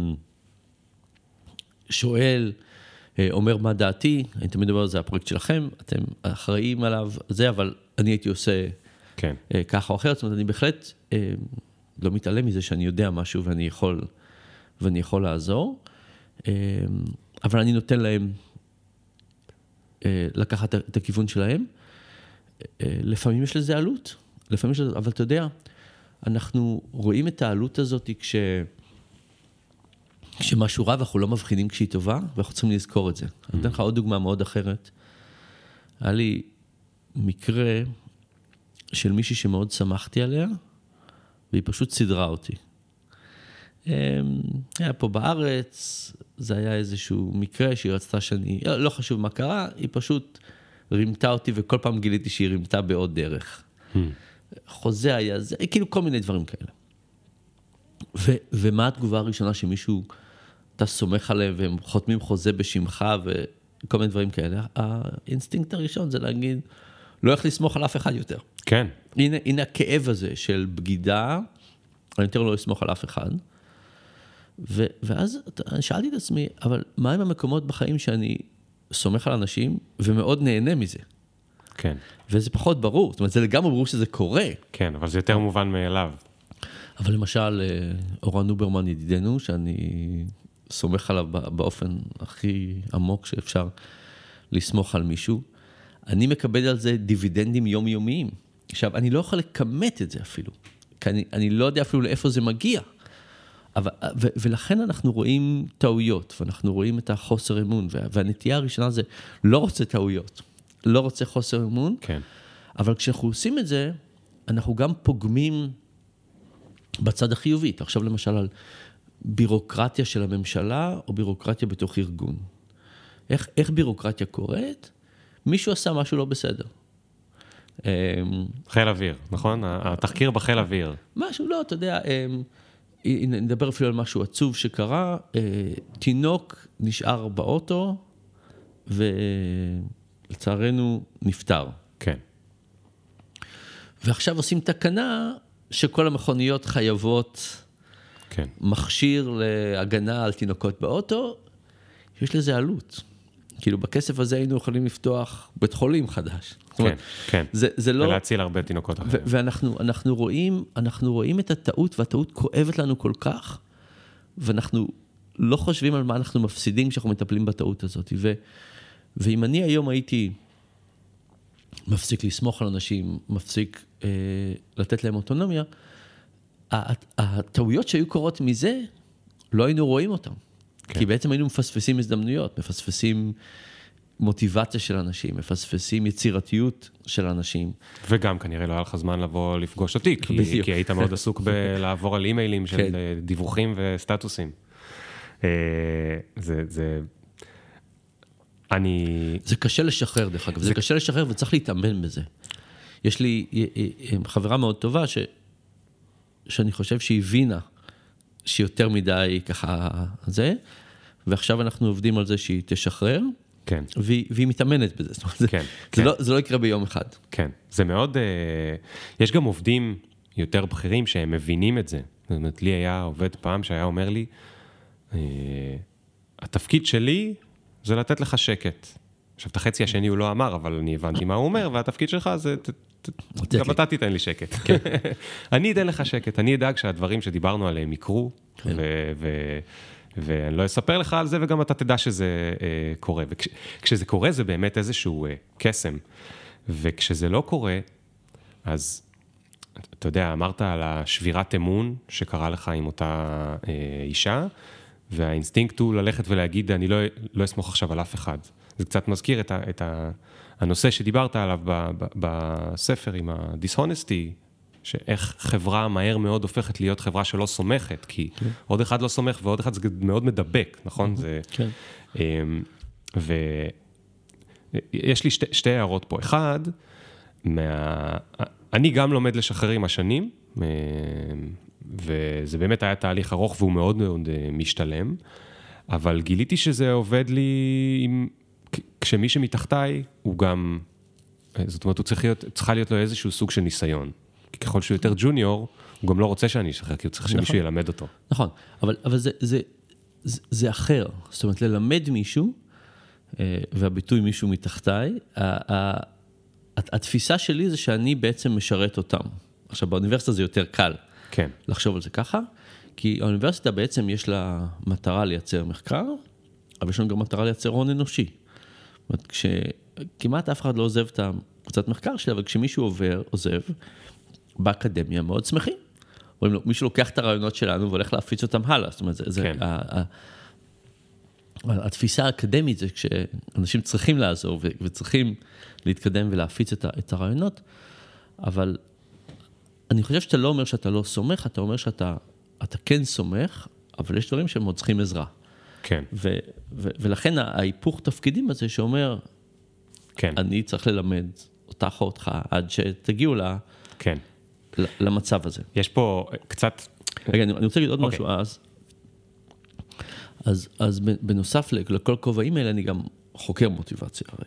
שואל, אומר מה דעתי, אני תמיד מדבר על זה, הפרויקט שלכם, אתם אחראים עליו, אבל אני הייתי עושה כן. ככה או אחרת, זאת אומרת, אני בהחלט לא מתעלם מזה שאני יודע משהו ואני יכול לעזור, אבל אני נותן להם לקחת את הכיוון שלהם. לפעמים יש לזה עלות, אבל אתה יודע, אנחנו רואים את העלות הזאת כשמשהו רע, ואנחנו לא מבחינים כשהיא טובה, ואנחנו צריכים לזכור את זה. אני אתן לך עוד דוגמה מאוד אחרת. היה לי מקרה של מישהי שמאוד שמחתי עליה, והיא פשוט סדרה אותי. היה פה בארץ, זה היה איזשהו מקרה שהיא רצתה לא חשוב מה קרה, היא פשוט רימתה אותי, וכל פעם גיליתי שהיא רימתה בעוד דרך. חוזה היה זה, כאילו כל מיני דברים כאלה. ומה התגובה הראשונה שמישהו, אתה סומך עליהם, והם חותמים חוזה בשמך, וכל מיני דברים כאלה. האינסטינקט הראשון זה להגיד, לא איך לסמוך על אף אחד יותר. כן. הנה הכאב הזה של בגידה, אני יותר לא אסמוך על אף אחד. ואז שאלתי את עצמי, אבל מה עם המקומות בחיים שאני סומך על אנשים, ומאוד נהנה מזה? כן. וזה פחות ברור, זאת אומרת, זה לגמרי ברור שזה קורה. כן, אבל זה יותר מובן מאליו. אבל למשל, אורן נוברמן ידידנו, שאני סומך עליו באופן הכי עמוק שאפשר לסמוך על מישהו, אני מקבל על זה דיבידנדים יומיומיים. עכשיו, אני לא יכול לקמת את זה אפילו, כי אני לא יודע אפילו לאיפה זה מגיע. ולכן אנחנו רואים טעויות, ואנחנו רואים את החוסר אמון, והנטייה הראשונה זה לא רוצה טעויות, לא רוצה חוסר אמון, כן. אבל כשאנחנו עושים את זה, אנחנו גם פוגמים בצד החיובי. עכשיו למשל על בירוקרטיה של הממשלה, או בירוקרטיה בתוך ארגון. איך בירוקרטיה קורית? מישהו עשה משהו לא בסדר. חיל אוויר, נכון? התחקיר בחיל אוויר. משהו, לא, אתה יודע, נדבר אפילו על משהו עצוב שקרה, תינוק נשאר באוטו, ולצערנו נפטר. כן. ועכשיו עושים תקנה שכל המכוניות חייבות כן. מכשיר להגנה על תינוקות באוטו, יש לזה עלות. כאילו בכסף הזה היינו יכולים לפתוח בית חולים חדש. כן, כן. זה לא... ולהציל הרבה תינוקות אחרים. ואנחנו רואים את הטעות, והטעות כואבת לנו כל כך, ואנחנו לא חושבים על מה אנחנו מפסידים כשאנחנו מטפלים בטעות הזאת. ואם אני היום הייתי מפסיק לסמוך על אנשים, מפסיק לתת להם אוטונומיה, הטעויות שהיו קורות מזה, לא היינו רואים אותם. כן. כי בעצם היינו מפספסים הזדמנויות, מפספסים מוטיבציה של אנשים, מפספסים יצירתיות של אנשים. וגם כנראה לא היה לך זמן לבוא לפגוש אותי, כי היית מאוד עסוק בלעבור על אימיילים של דיווחים וסטטוסים. זה קשה לשחרר, דרך אגב, זה קשה לשחרר וצריך להתאמן בזה. יש לי חברה מאוד טובה שאני חושב שהיא הבינה שיותר מדי ככה זה, ועכשיו אנחנו עובדים על זה שהיא תשחרר, כן. והיא מתאמנת בזה. זאת אומרת, כן. זה לא יקרה ביום אחד. כן, זה מאוד, יש גם עובדים יותר בכירים שהם מבינים את זה. זאת אומרת, לי היה עובד פעם שהיה אומר לי, התפקיד שלי זה לתת לך שקט. עכשיו, את החצי השני הוא לא אמר, אבל אני הבנתי מה הוא אומר, והתפקיד שלך זה, גם אתה תיתן לי שקט. אני אתן לך שקט, אני אדאג שהדברים שדיברנו עליהם יקרו, ואני לא אספר לך על זה, וגם אתה תדע שזה קורה. וכשזה קורה, זה באמת איזשהו קסם. וכשזה לא קורה, אז אתה יודע, אמרת על השבירת אמון שקרה לך עם אותה אישה, והאינסטינקט הוא ללכת ולהגיד, אני לא אסמוך עכשיו על אף אחד. זה קצת מזכיר את הנושא שדיברת עליו בספר עם ה-dishonesty, שאיך חברה מהר מאוד הופכת להיות חברה שלא סומכת, כי עוד אחד לא סומך ועוד אחד זה מאוד מדבק, נכון? כן. ויש לי שתי הערות פה. אחד, אני גם לומד לשחרר עם השנים, וזה באמת היה תהליך ארוך והוא מאוד מאוד משתלם, אבל גיליתי שזה עובד לי כשמי שמתחתיי הוא גם, זאת אומרת, צריכה להיות לו איזשהו סוג של ניסיון. כי ככל שהוא יותר ג'וניור, הוא גם לא רוצה שאני אשחרר, כי הוא צריך שמישהו ילמד אותו. נכון, אבל זה אחר. זאת אומרת, ללמד מישהו, והביטוי מישהו מתחתיי, התפיסה שלי זה שאני בעצם משרת אותם. עכשיו, באוניברסיטה זה יותר קל לחשוב על זה ככה, כי האוניברסיטה בעצם יש לה מטרה לייצר מחקר, אבל יש לנו גם מטרה לייצר הון אנושי. זאת אומרת, כשכמעט אף אחד לא עוזב את הקבוצת מחקר שלה, אבל כשמישהו עוזב, באקדמיה מאוד שמחים. אומרים לו, מישהו לוקח את הרעיונות שלנו והולך להפיץ אותם הלאה. זאת אומרת, התפיסה האקדמית זה כשאנשים צריכים לעזור וצריכים להתקדם ולהפיץ את הרעיונות, אבל אני חושב שאתה לא אומר שאתה לא סומך, אתה אומר שאתה כן סומך, אבל יש דברים שהם עוד צריכים עזרה. כן. ולכן ההיפוך תפקידים הזה שאומר, כן. אני צריך ללמד אותך או אותך עד שתגיעו כן. למצב הזה. יש פה קצת... רגע, אני רוצה להגיד עוד משהו אז בנוסף לכל כובעים האלה, אני גם חוקר מוטיבציה הרי.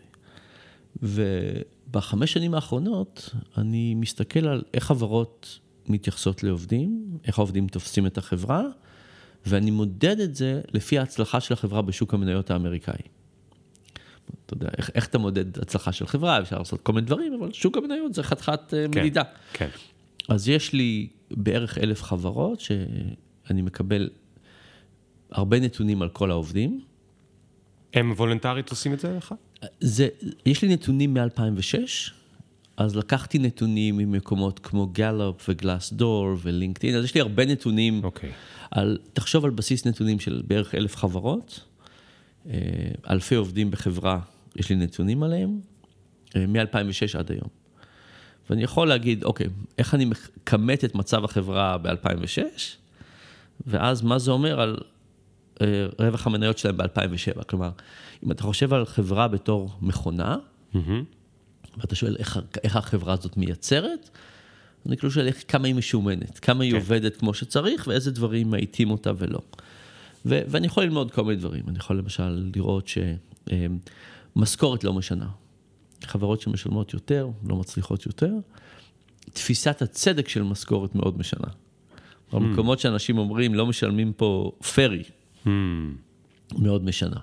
וב5 שנים האחרונות, אני מסתכל על איך חברות מתייחסות לעובדים, איך העובדים תופסים את החברה, ואני מודד את זה לפי ההצלחה של החברה בשוק המניות האמריקאי. אתה יודע, איך אתה מודד הצלחה של חברה, אפשר לעשות כל מיני דברים, אבל שוק המניות זה חתיכת מדידה. כן. אז יש לי בערך 1,000 חברות, שאני מקבל הרבה נתונים על כל העובדים. הם וולונטרית עושים את זה לך? יש לי נתונים מ-2006, אז לקחתי נתונים ממקומות כמו גלופ וגלאסדור ולינקדאין, אז יש לי הרבה נתונים, תחשוב על בסיס נתונים של בערך 1,000 חברות, אלפי עובדים בחברה, יש לי נתונים עליהם, מ-2006 עד היום. ואני יכול להגיד, אוקיי, איך אני מכמת את מצב החברה ב-2006, ואז מה זה אומר על רווח המניות שלהם ב-2007. כלומר, אם אתה חושב על חברה בתור מכונה, ואתה שואל איך החברה הזאת מייצרת, אני כאילו שואל כמה היא משומנת, כמה היא עובדת כמו שצריך, ואיזה דברים מאיתים אותה ולא. ואני יכול ללמוד כל מיני דברים. אני יכול למשל לראות שמשכורת לא משנה. חברות שמשלמות יותר, לא מצליחות יותר. תפיסת הצדק של משכורת מאוד משנה. במקומות שאנשים אומרים, לא משלמים פה פרי, מאוד משנה.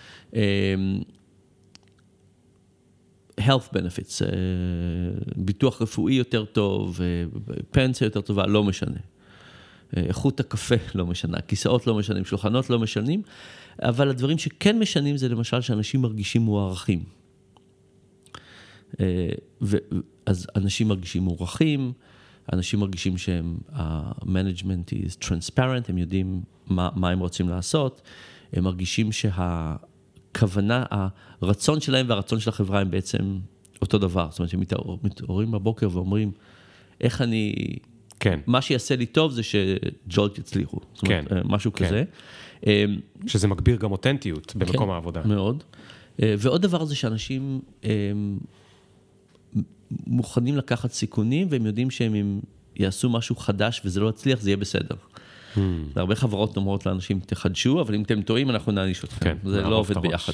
health benefits, ביטוח רפואי יותר טוב, פנסיה יותר טובה, לא משנה. איכות הקפה לא משנה, כיסאות לא משנים, שולחנות לא משנים, אבל הדברים שכן משנים זה למשל שאנשים מרגישים מוערכים. אז אנשים מרגישים מוערכים, אנשים מרגישים שהם, ה-management is transparent, הם יודעים מה הם רוצים לעשות, הם מרגישים הכוונה, הרצון שלהם והרצון של החברה הם בעצם אותו דבר. זאת אומרת, שהם מתעוררים בבוקר ואומרים, איך אני... כן. מה שיעשה לי טוב זה שג'ולט יצליחו. זאת אומרת, כן. משהו כן. כזה. שזה מגביר גם אותנטיות במקום העבודה. מאוד. ועוד דבר זה שאנשים מוכנים לקחת סיכונים, והם יודעים שהם אם יעשו משהו חדש וזה לא יצליח, זה יהיה בסדר. הרבה חברות אומרות לאנשים, תחדשו, אבל אם אתם טועים, אנחנו נעניש אתכם. זה לא עובד ביחד.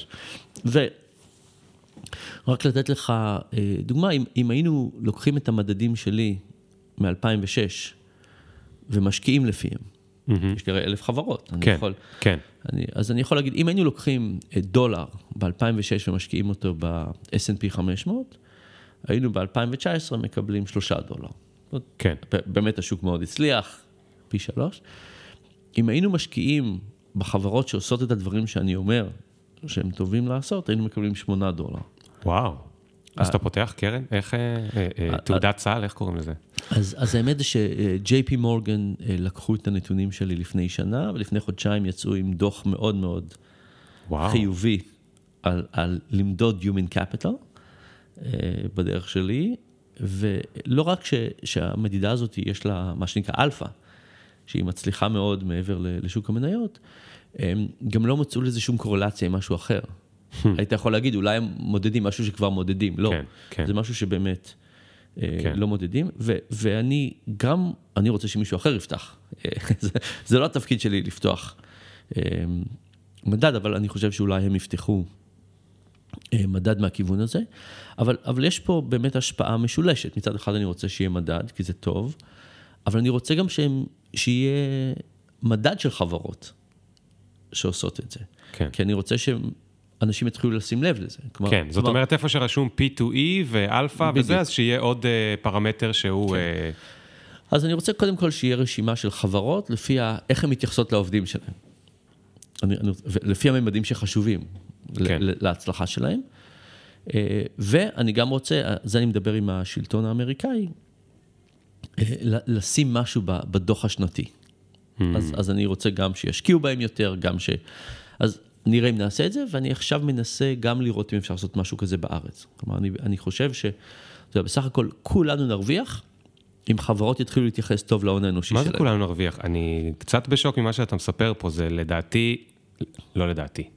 ורק לתת לך דוגמה, אם היינו לוקחים את המדדים שלי מ-2006, ומשקיעים לפיהם, יש לי הרי 1,000 חברות. כן. אז אני יכול להגיד, אם היינו לוקחים דולר ב-2006 ומשקיעים אותו ב-S&P 500, היינו ב-2019 מקבלים $3. כן. באמת השוק מאוד הצליח, פי 3. אם היינו משקיעים בחברות שעושות את הדברים שאני אומר, שהם טובים לעשות, היינו מקבלים $8. וואו. אז אתה פותח קרן? איך, תעודת צה"ל, איך קוראים לזה? אז האמת זה ש-JP מורגן לקחו את הנתונים שלי לפני שנה, ולפני חודשיים יצאו עם דוח מאוד מאוד חיובי על למדוד Human Capital בדרך שלי, ולא רק שהמדידה הזאת יש לה מה שנקרא אלפא, שהיא מצליחה מאוד מעבר לשוק המניות, גם לא מצאו לזה שום קורלציה עם משהו אחר. היית יכול להגיד, אולי הם מודדים משהו שכבר מודדים, לא. זה משהו שבאמת לא מודדים, ואני גם, אני רוצה שמישהו אחר יפתח. זה לא התפקיד שלי לפתוח מדד, אבל אני חושב שאולי הם יפתחו מדד מהכיוון הזה. אבל יש פה באמת השפעה משולשת. מצד אחד אני רוצה שיהיה מדד, כי זה טוב, אבל אני רוצה גם שיהיה מדד של חברות שעושות את זה. כי אני רוצה אנשים יתחילו לשים לב לזה. כן, זאת אומרת, איפה שרשום P2E ואלפא וזה, אז שיהיה עוד פרמטר שהוא... אז אני רוצה קודם כל שיהיה רשימה של חברות, לפי איך הן מתייחסות לעובדים שלהם. לפי הממדים שחשובים להצלחה שלהם. ואני גם רוצה, זה אני מדבר עם השלטון האמריקאי, לשים משהו בדוח השנתי. אז אני רוצה גם שישקיעו בהם יותר, גם ש... אז נראה אם נעשה את זה, ואני עכשיו מנסה גם לראות אם אפשר לעשות משהו כזה בארץ. כלומר, אני חושב שבסך הכל כולנו נרוויח, אם חברות יתחילו להתייחס טוב להון האנושי שלהם. מה זה כולנו נרוויח? אני קצת בשוק ממה שאתה מספר פה, זה לדעתי, לא לדעתי.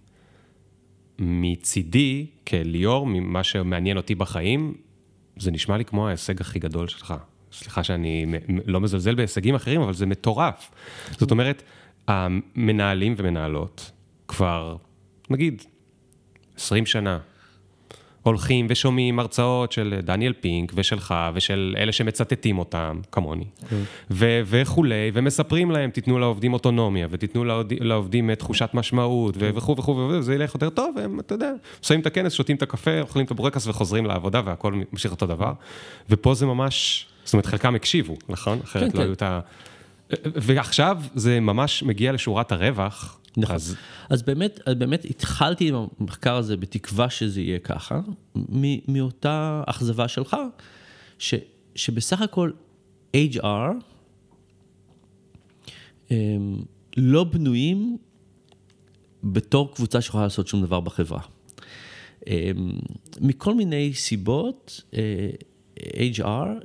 מצידי, כליאור, ממה שמעניין אותי בחיים, זה נשמע לי כמו ההישג הכי גדול שלך. סליחה שאני לא מזלזל בהישגים אחרים, אבל זה מטורף. זאת אומרת, המנהלים ומנהלות, כבר, נגיד, 20 שנה, הולכים ושומעים הרצאות של דניאל פינק ושלך ושל אלה שמצטטים אותם, כמוני, וכולי, ומספרים להם, תיתנו לעובדים אוטונומיה, ותיתנו לעובדים תחושת משמעות, וכו' וכו', וזה ילך יותר טוב, והם, אתה יודע, עושים את הכנס, שותים את הקפה, אוכלים את הבורקס וחוזרים לעבודה, והכל ממשיך אותו דבר. ופה זה ממש, זאת אומרת, חלקם הקשיבו, נכון? אחרת לא היו את ה... ועכשיו זה ממש מגיע לשורת הרווח, אז באמת התחלתי עם המחקר הזה בתקווה שזה יהיה ככה, מאותה אכזבה שלך, שבסך הכל HR לא בנויים בתור קבוצה שיכולה לעשות שום דבר בחברה. מכל מיני סיבות, HR,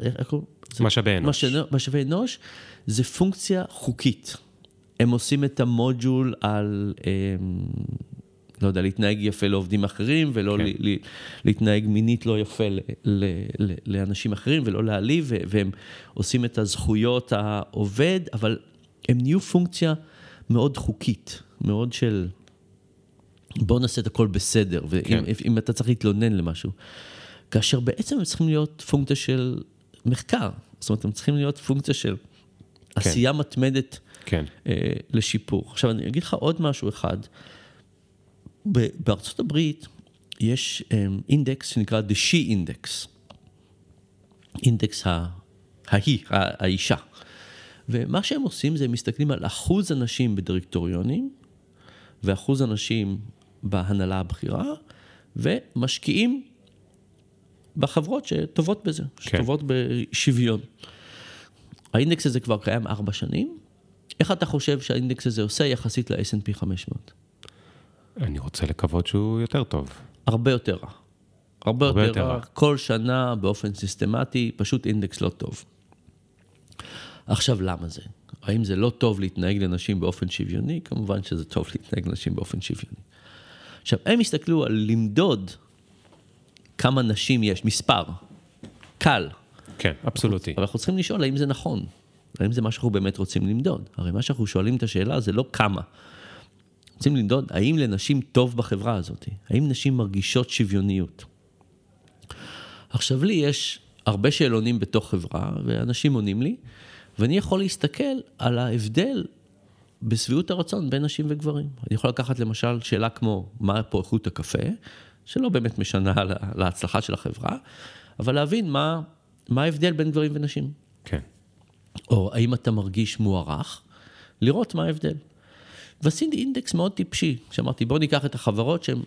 משאבי אנוש, זה פונקציה חוקית. הם עושים את המודול על, לא יודע, להתנהג יפה לעובדים אחרים, ולא להתנהג מינית לא יפה לאנשים אחרים, ולא להעליב, והם עושים את הזכויות העובד, אבל הם נהיו פונקציה מאוד חוקית, מאוד של, בוא נעשה את הכל בסדר, ואם אתה צריך להתלונן למשהו. כאשר בעצם הם צריכים להיות פונקציה של מחקר, זאת אומרת, הם צריכים להיות פונקציה של עשייה מתמדת, לשיפור. עכשיו אני אגיד לך עוד משהו אחד, בארצות הברית יש אינדקס שנקרא The She Index, אינדקס האישה, ומה שהם עושים זה הם מסתכלים על אחוז אנשים בדירקטוריונים, ואחוז אנשים בהנהלה הבכירה, ומשקיעים בחברות שטובות בזה, שטובות בשוויון. האינדקס הזה כבר קיים 4 שנים, איך אתה חושב שהאינדקס הזה עושה יחסית ל-S&P 500? אני רוצה לקוות שהוא יותר טוב. הרבה יותר רע. הרבה יותר רע. כל שנה באופן סיסטמטי, פשוט אינדקס לא טוב. עכשיו, למה זה? האם זה לא טוב להתנהג לנשים באופן שוויוני? כמובן שזה טוב להתנהג לנשים באופן שוויוני. עכשיו, הם הסתכלו על למדוד כמה נשים יש, מספר, קל. כן, אבסולוטי. אבל אנחנו צריכים לשאול האם זה נכון, האם זה מה שאנחנו באמת רוצים למדוד. הרי מה שאנחנו שואלים את השאלה זה לא כמה. רוצים למדוד האם לנשים טוב בחברה הזאת, האם נשים מרגישות שוויוניות. עכשיו לי יש הרבה שאלונים בתוך חברה, ואנשים עונים לי, ואני יכול להסתכל על ההבדל בסביעות הרצון בין נשים וגברים. אני יכול לקחת למשל שאלה כמו, מה פה איכות הקפה, שלא באמת משנה להצלחה של החברה, אבל להבין מה ההבדל בין גברים ונשים. כן. או האם אתה מרגיש מוערך, לראות מה ההבדל. ועשיתי אינדקס מאוד טיפשי, שאמרתי, בוא ניקח את החברות שהן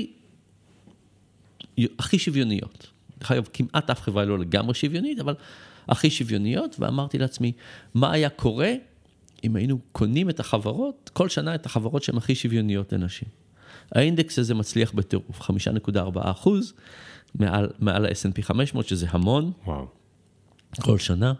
הכי שוויוניות. כמעט אף חברה לא לגמרי שוויונית, אבל הכי שוויוניות, ואמרתי לעצמי, מה היה קורה אם היינו קונים את החברות, כל שנה את החברות שהן הכי שוויוניות לנשים. האינדקס הזה מצליח בטירוף, 5.4%, מעל ה-S&P 500, שזה המון, וואו. כל שנה.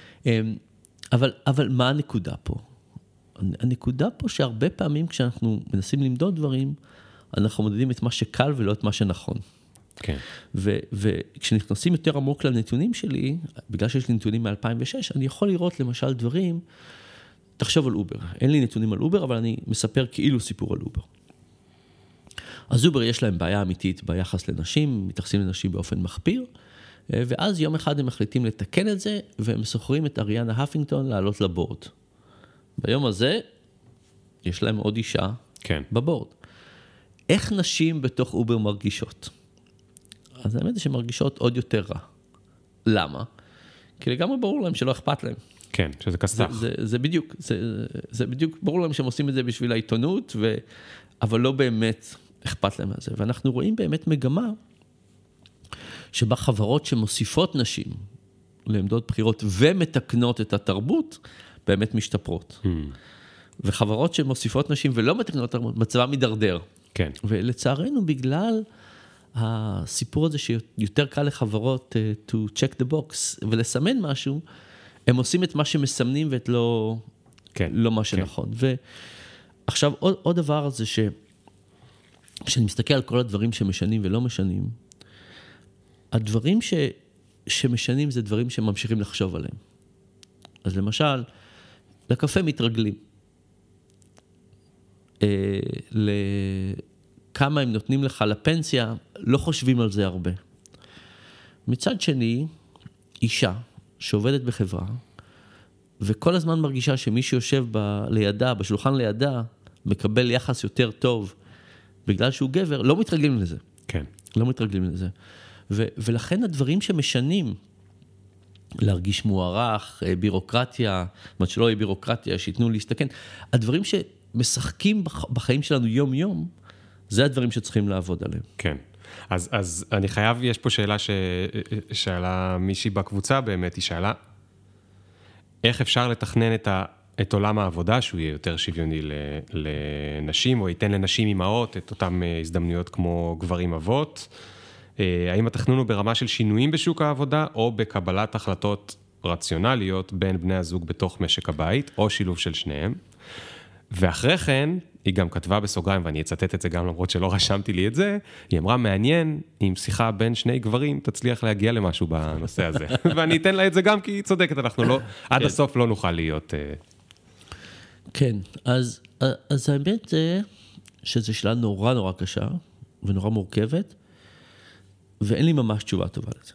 אבל מה הנקודה פה? הנקודה פה שהרבה פעמים כשאנחנו מנסים למדוד דברים, אנחנו מודדים את מה שקל ולא את מה שנכון. כן. וכשנכנסים יותר עמוק לנתונים שלי, בגלל שיש לי נתונים מ-2006, אני יכול לראות למשל דברים, תחשוב על אובר. אין לי נתונים על אובר, אבל אני מספר כאילו סיפור על אובר. אז אובר יש להם בעיה אמיתית ביחס לנשים, מתייחסים לנשים באופן מחפיר, ואז יום אחד הם מחליטים לתקן את זה, והם סוחרים את אריאנה הפינגטון לעלות לבורד. ביום הזה, יש להם עוד אישה בבורד. איך נשים בתוך אובר מרגישות? אז האמת היא שמרגישות עוד יותר רע. למה? כי לגמרי ברור להם שלא אכפת להם. כן, שזה כסתח. זה בדיוק, ברור להם שהם עושים את זה בשביל העיתונות, אבל לא באמת אכפת להם מזה. ואנחנו רואים באמת מגמה, שבה חברות שמוסיפות נשים לעמדות בחירות ומתקנות את התרבות, באמת משתפרות. וחברות שמוסיפות נשים ולא מתקנות את התרבות, מצבה מדרדר. כן. ולצערנו, בגלל הסיפור הזה שיותר קל לחברות to check the box ולסמן משהו, הם עושים את מה שמסמנים ואת לא מה שנכון. ועכשיו, עוד דבר זה כשאני מסתכל על כל הדברים שמשנים ולא משנים, הדברים שמשנים זה דברים שממשיכים לחשוב עליהם. אז למשל, לקפה מתרגלים. לכמה הם נותנים לך לפנסיה, לא חושבים על זה הרבה. מצד שני, אישה שעובדת בחברה, וכל הזמן מרגישה שמי שיושב לידה, בשולחן לידה, מקבל יחס יותר טוב, בגלל שהוא גבר, לא מתרגלים לזה. כן. לא מתרגלים לזה. ולכן הדברים שמשנים, להרגיש מוערך, בירוקרטיה, מה שלא יהיה בירוקרטיה, שיתנו להסתכן, הדברים שמשחקים בחיים שלנו יום-יום, זה הדברים שצריכים לעבוד עליהם. כן. אז אני חייב, יש פה שאלה ששאלה מישהי בקבוצה באמת, היא שאלה, איך אפשר לתכנן את עולם העבודה, שהוא יהיה יותר שוויוני לנשים, או ייתן לנשים אימהות את אותם הזדמנויות כמו גברים אבות? האם התכנון הוא ברמה של שינויים בשוק העבודה, או בקבלת החלטות רציונליות בין בני הזוג בתוך משק הבית, או שילוב של שניהם? ואחרי כן, היא גם כתבה בסוגריים, ואני אצטט את זה גם למרות שלא רשמתי לי את זה, היא אמרה, מעניין אם שיחה בין שני גברים תצליח להגיע למשהו בנושא הזה. ואני אתן לה את זה גם כי היא צודקת, אנחנו לא, עד הסוף לא נוכל להיות... כן, אז האמת זה שזו שאלה נורא נורא קשה, ונורא מורכבת, ואין לי ממש תשובה טובה לזה.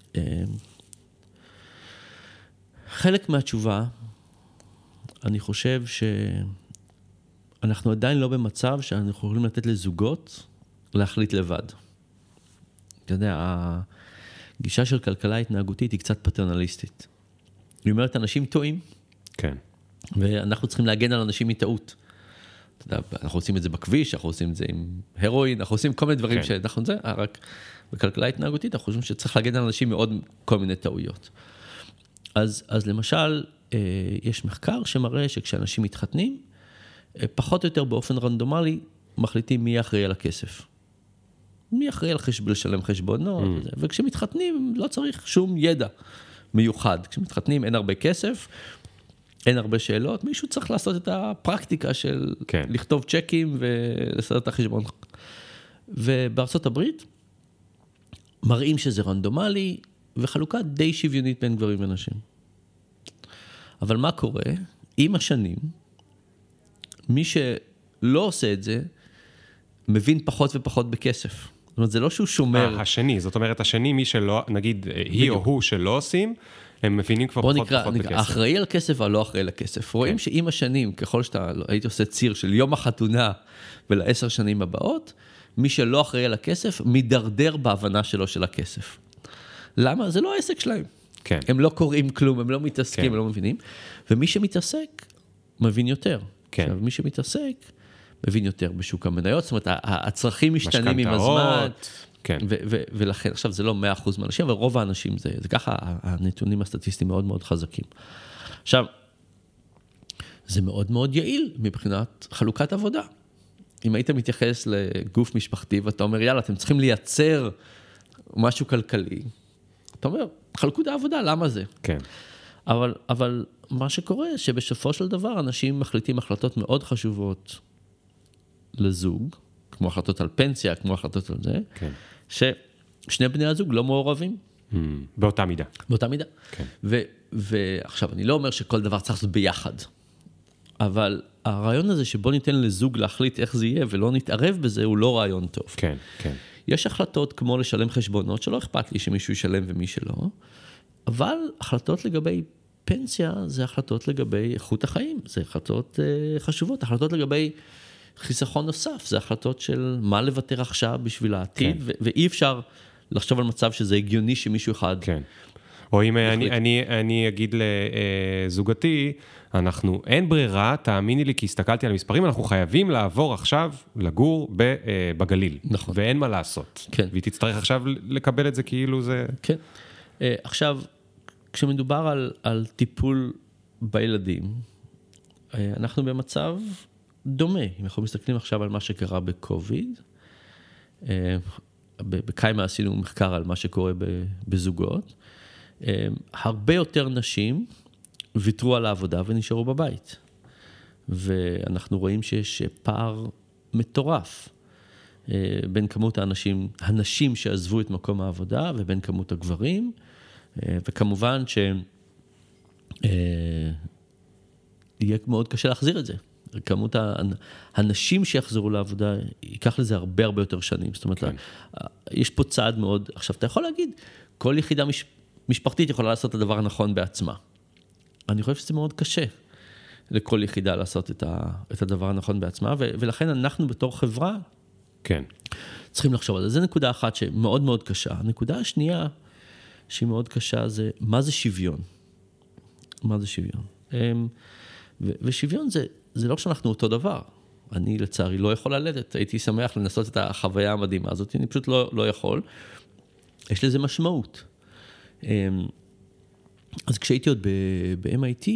חלק מהתשובה, אני חושב שאנחנו עדיין לא במצב שאנחנו יכולים לתת לזוגות להחליט לבד. אתה יודע, הגישה של כלכלה התנהגותית היא קצת פטרנליסטית. היא אומרת, אנשים טועים. כן. ואנחנו צריכים להגן על אנשים מטעות. אתה יודע, אנחנו עושים את זה בכביש, אנחנו עושים את זה עם הרואין, אנחנו עושים כל מיני דברים שאנחנו זה, רק בכלכלה התנהגותית, אנחנו חושבים שצריך להגן על אנשים מאוד כל מיני טעויות. אז למשל, יש מחקר שמראה שכשאנשים מתחתנים, פחות או יותר באופן רנדומלי, מחליטים מי אחראי על הכסף. מי אחראי על לשלם חשבונות, וכשמתחתנים לא צריך שום ידע מיוחד. כשמתחתנים אין הרבה כסף, אין הרבה שאלות, מישהו צריך לעשות את הפרקטיקה של לכתוב צ'קים ולסדר את החשבון. ובארצות הברית מראים שזה רנדומלי, וחלוקה די שוויונית בין גברים ונשים. אבל מה קורה? עם השנים, מי שלא עושה את זה, מבין פחות ופחות בכסף. זאת אומרת, זה לא שהוא שומר... השני, זאת אומרת, השני, מי שלא, נגיד, היא או הוא שלא עושים, הם מבינים כבר פחות ופחות בכסף. האחראי על הכסף, אבל לא אחראי לכסף. רואים שעם השנים, ככל שאתה, הייתי עושה ציר של יום החתונה, ול10 שנים הבאות, מי שלא אחראי על הכסף, מדרדר בהבנה שלו של הכסף. למה? זה לא העסק שלהם. כן. הם לא קוראים כלום, הם לא מתעסקים, הם לא מבינים. ומי שמתעסק, מבין יותר. כן. עכשיו, מי שמתעסק, מבין יותר בשוק המניות, זאת אומרת, הצרכים משתנים עם הזמן. כן. ולכן, עכשיו, זה לא 100% מהאנשים, אבל רוב האנשים זה ככה, הנתונים הסטטיסטיים מאוד מאוד חזקים. עכשיו, זה מאוד מאוד יעיל מבחינת חלוקת עבודה. אם היית מתייחס לגוף משפחתי, ואתה אומר, יאללה, אתם צריכים לייצר משהו כלכלי, אתה אומר, חלקו את העבודה, למה זה? כן. אבל מה שקורה, שבסופו של דבר, אנשים מחליטים החלטות מאוד חשובות לזוג, כמו החלטות על פנסיה, כמו החלטות על זה, כן. ששני בני הזוג לא מעורבים. באותה מידה. באותה מידה. כן. ועכשיו, אני לא אומר שכל דבר צריך לעשות ביחד, אבל הרעיון הזה שבוא ניתן לזוג להחליט איך זה יהיה, ולא נתערב בזה, הוא לא רעיון טוב. כן, כן. יש החלטות כמו לשלם חשבונות, שלא אכפת לי שמישהו ישלם ומי שלא, אבל החלטות לגבי פנסיה, זה החלטות לגבי איכות החיים, זה החלטות חשובות, החלטות לגבי חיסכון נוסף, זה החלטות של מה לוותר עכשיו בשביל העתיד, כן. ואי אפשר לחשוב על מצב שזה הגיוני שמישהו אחד... כן. או אם אני אגיד לזוגתי, אין ברירה, תאמיני לי, כי הסתכלתי על המספרים, אנחנו חייבים לעבור עכשיו לגור בגליל. נכון. ואין מה לעשות. כן. והיא תצטרך עכשיו לקבל את זה כאילו זה... כן. עכשיו, כשמדובר על טיפול בילדים, אנחנו במצב דומה. אם אנחנו מסתכלים עכשיו על מה שקרה בקוביד, בקיימה עשינו מחקר על מה שקורה בזוגות, הרבה יותר נשים ויתרו על העבודה ונשארו בבית. ואנחנו רואים שיש פער מטורף בין כמות הנשים שעזבו את מקום העבודה ובין כמות הגברים, וכמובן יהיה מאוד קשה להחזיר את זה. כמות הנשים שיחזרו לעבודה, ייקח לזה הרבה הרבה יותר שנים. זאת אומרת, יש פה צעד מאוד... עכשיו, אתה יכול להגיד, כל יחידה משפחתית יכולה לעשות את הדבר הנכון בעצמה. אני חושב שזה מאוד קשה לכל יחידה לעשות את הדבר הנכון בעצמה, ולכן אנחנו בתור חברה, כן. צריכים לחשוב על זה. זו נקודה אחת שמאוד מאוד קשה. הנקודה השנייה שהיא מאוד קשה זה, מה זה שוויון? מה זה שוויון? ושוויון זה לא שאנחנו אותו דבר. אני לצערי לא יכול ללדת. הייתי שמח לנסות את החוויה המדהימה הזאת, אני פשוט לא יכול. יש לזה משמעות. אז כשהייתי עוד ב-MIT,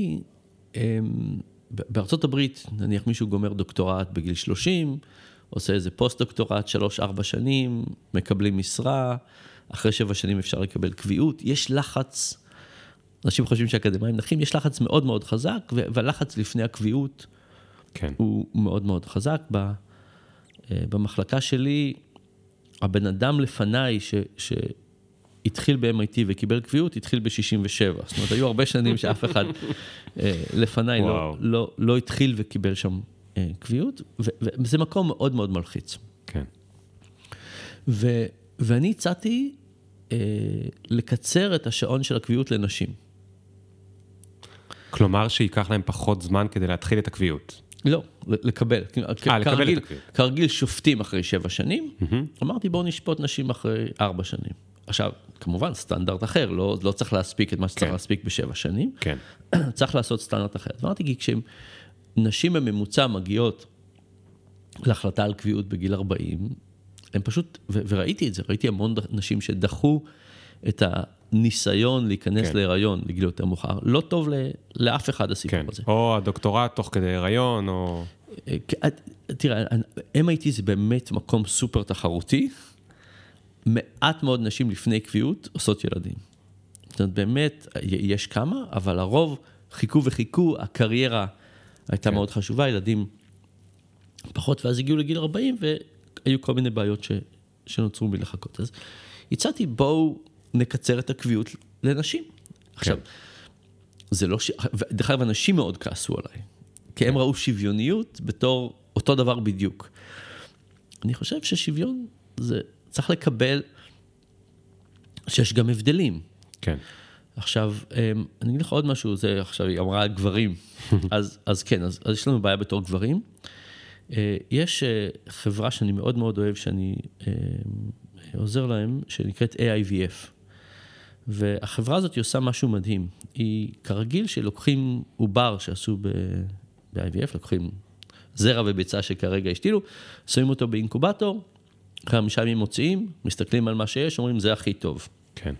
בארצות הברית, נניח מישהו גומר דוקטורט בגיל 30, עושה איזה פוסט-דוקטורט 3-4 שנים, מקבלים משרה, אחרי 7 שנים אפשר לקבל קביעות, יש לחץ, אנשים חושבים שהאקדמיים נחים, יש לחץ מאוד מאוד חזק, והלחץ לפני הקביעות כן. הוא מאוד מאוד חזק. במחלקה שלי, הבן אדם לפניי שהתחיל ב-MIT וקיבל קביעות, התחיל ב-67. זאת אומרת, היו הרבה שנים שאף אחד לפניי לא התחיל וקיבל שם קביעות, וזה מקום מאוד מאוד מלחיץ. כן. ואני הצעתי לקצר את השעון של הקביעות לנשים. כלומר שיקח להם פחות זמן כדי להתחיל את הקביעות. לא, לקבל. לקבל את הקביעות. כרגיל שופטים אחרי 7 שנים, אמרתי בואו נשפוט נשים אחרי 4 שנים. עכשיו, כמובן סטנדרט אחר, לא צריך להספיק את מה שצריך להספיק ב7 שנים. כן. צריך לעשות סטנדרט אחר. אמרתי כי כשנשים בממוצע מגיעות להחלטה על קביעות בגיל 40, הם פשוט, וראיתי את זה, ראיתי המון נשים שדחו את הניסיון להיכנס להיריון לגיל יותר מאוחר. לא טוב לאף אחד הסיפור הזה. או הדוקטורט תוך כדי היריון, או... תראה, MIT זה באמת מקום סופר תחרותי, מעט מאוד נשים לפני קביעות עושות ילדים. זאת אומרת, באמת, יש כמה, אבל הרוב חיכו, הקריירה הייתה מאוד חשובה, ילדים פחות, ואז הגיעו לגיל 40, והיו כל מיני בעיות שנוצרו מלחכות. אז הצעתי, בואו נקצר את הקביעות לנשים. עכשיו, זה לא דרך אגב, אנשים מאוד כעסו עליי, כי הם ראו שוויוניות בתור אותו דבר בדיוק. אני חושב ששוויון זה צריך לקבל שיש גם הבדלים. כן. עכשיו, אני אגיד לך עוד משהו, זה עכשיו היא אמרה על גברים, אז כן, אז יש לנו בעיה בתור גברים. יש חברה שאני מאוד מאוד אוהב, שאני עוזר להם, שנקראת AIVF. והחברה הזאת היא עושה משהו מדהים. היא כרגיל שלוקחים עובר שעשו ב-IVF, לוקחים זרע וביצה שכרגע השתילו, שמים אותו באינקובטור, 5 ימים מוציאים, מסתכלים על מה שיש, אומרים זה הכי טוב. כן.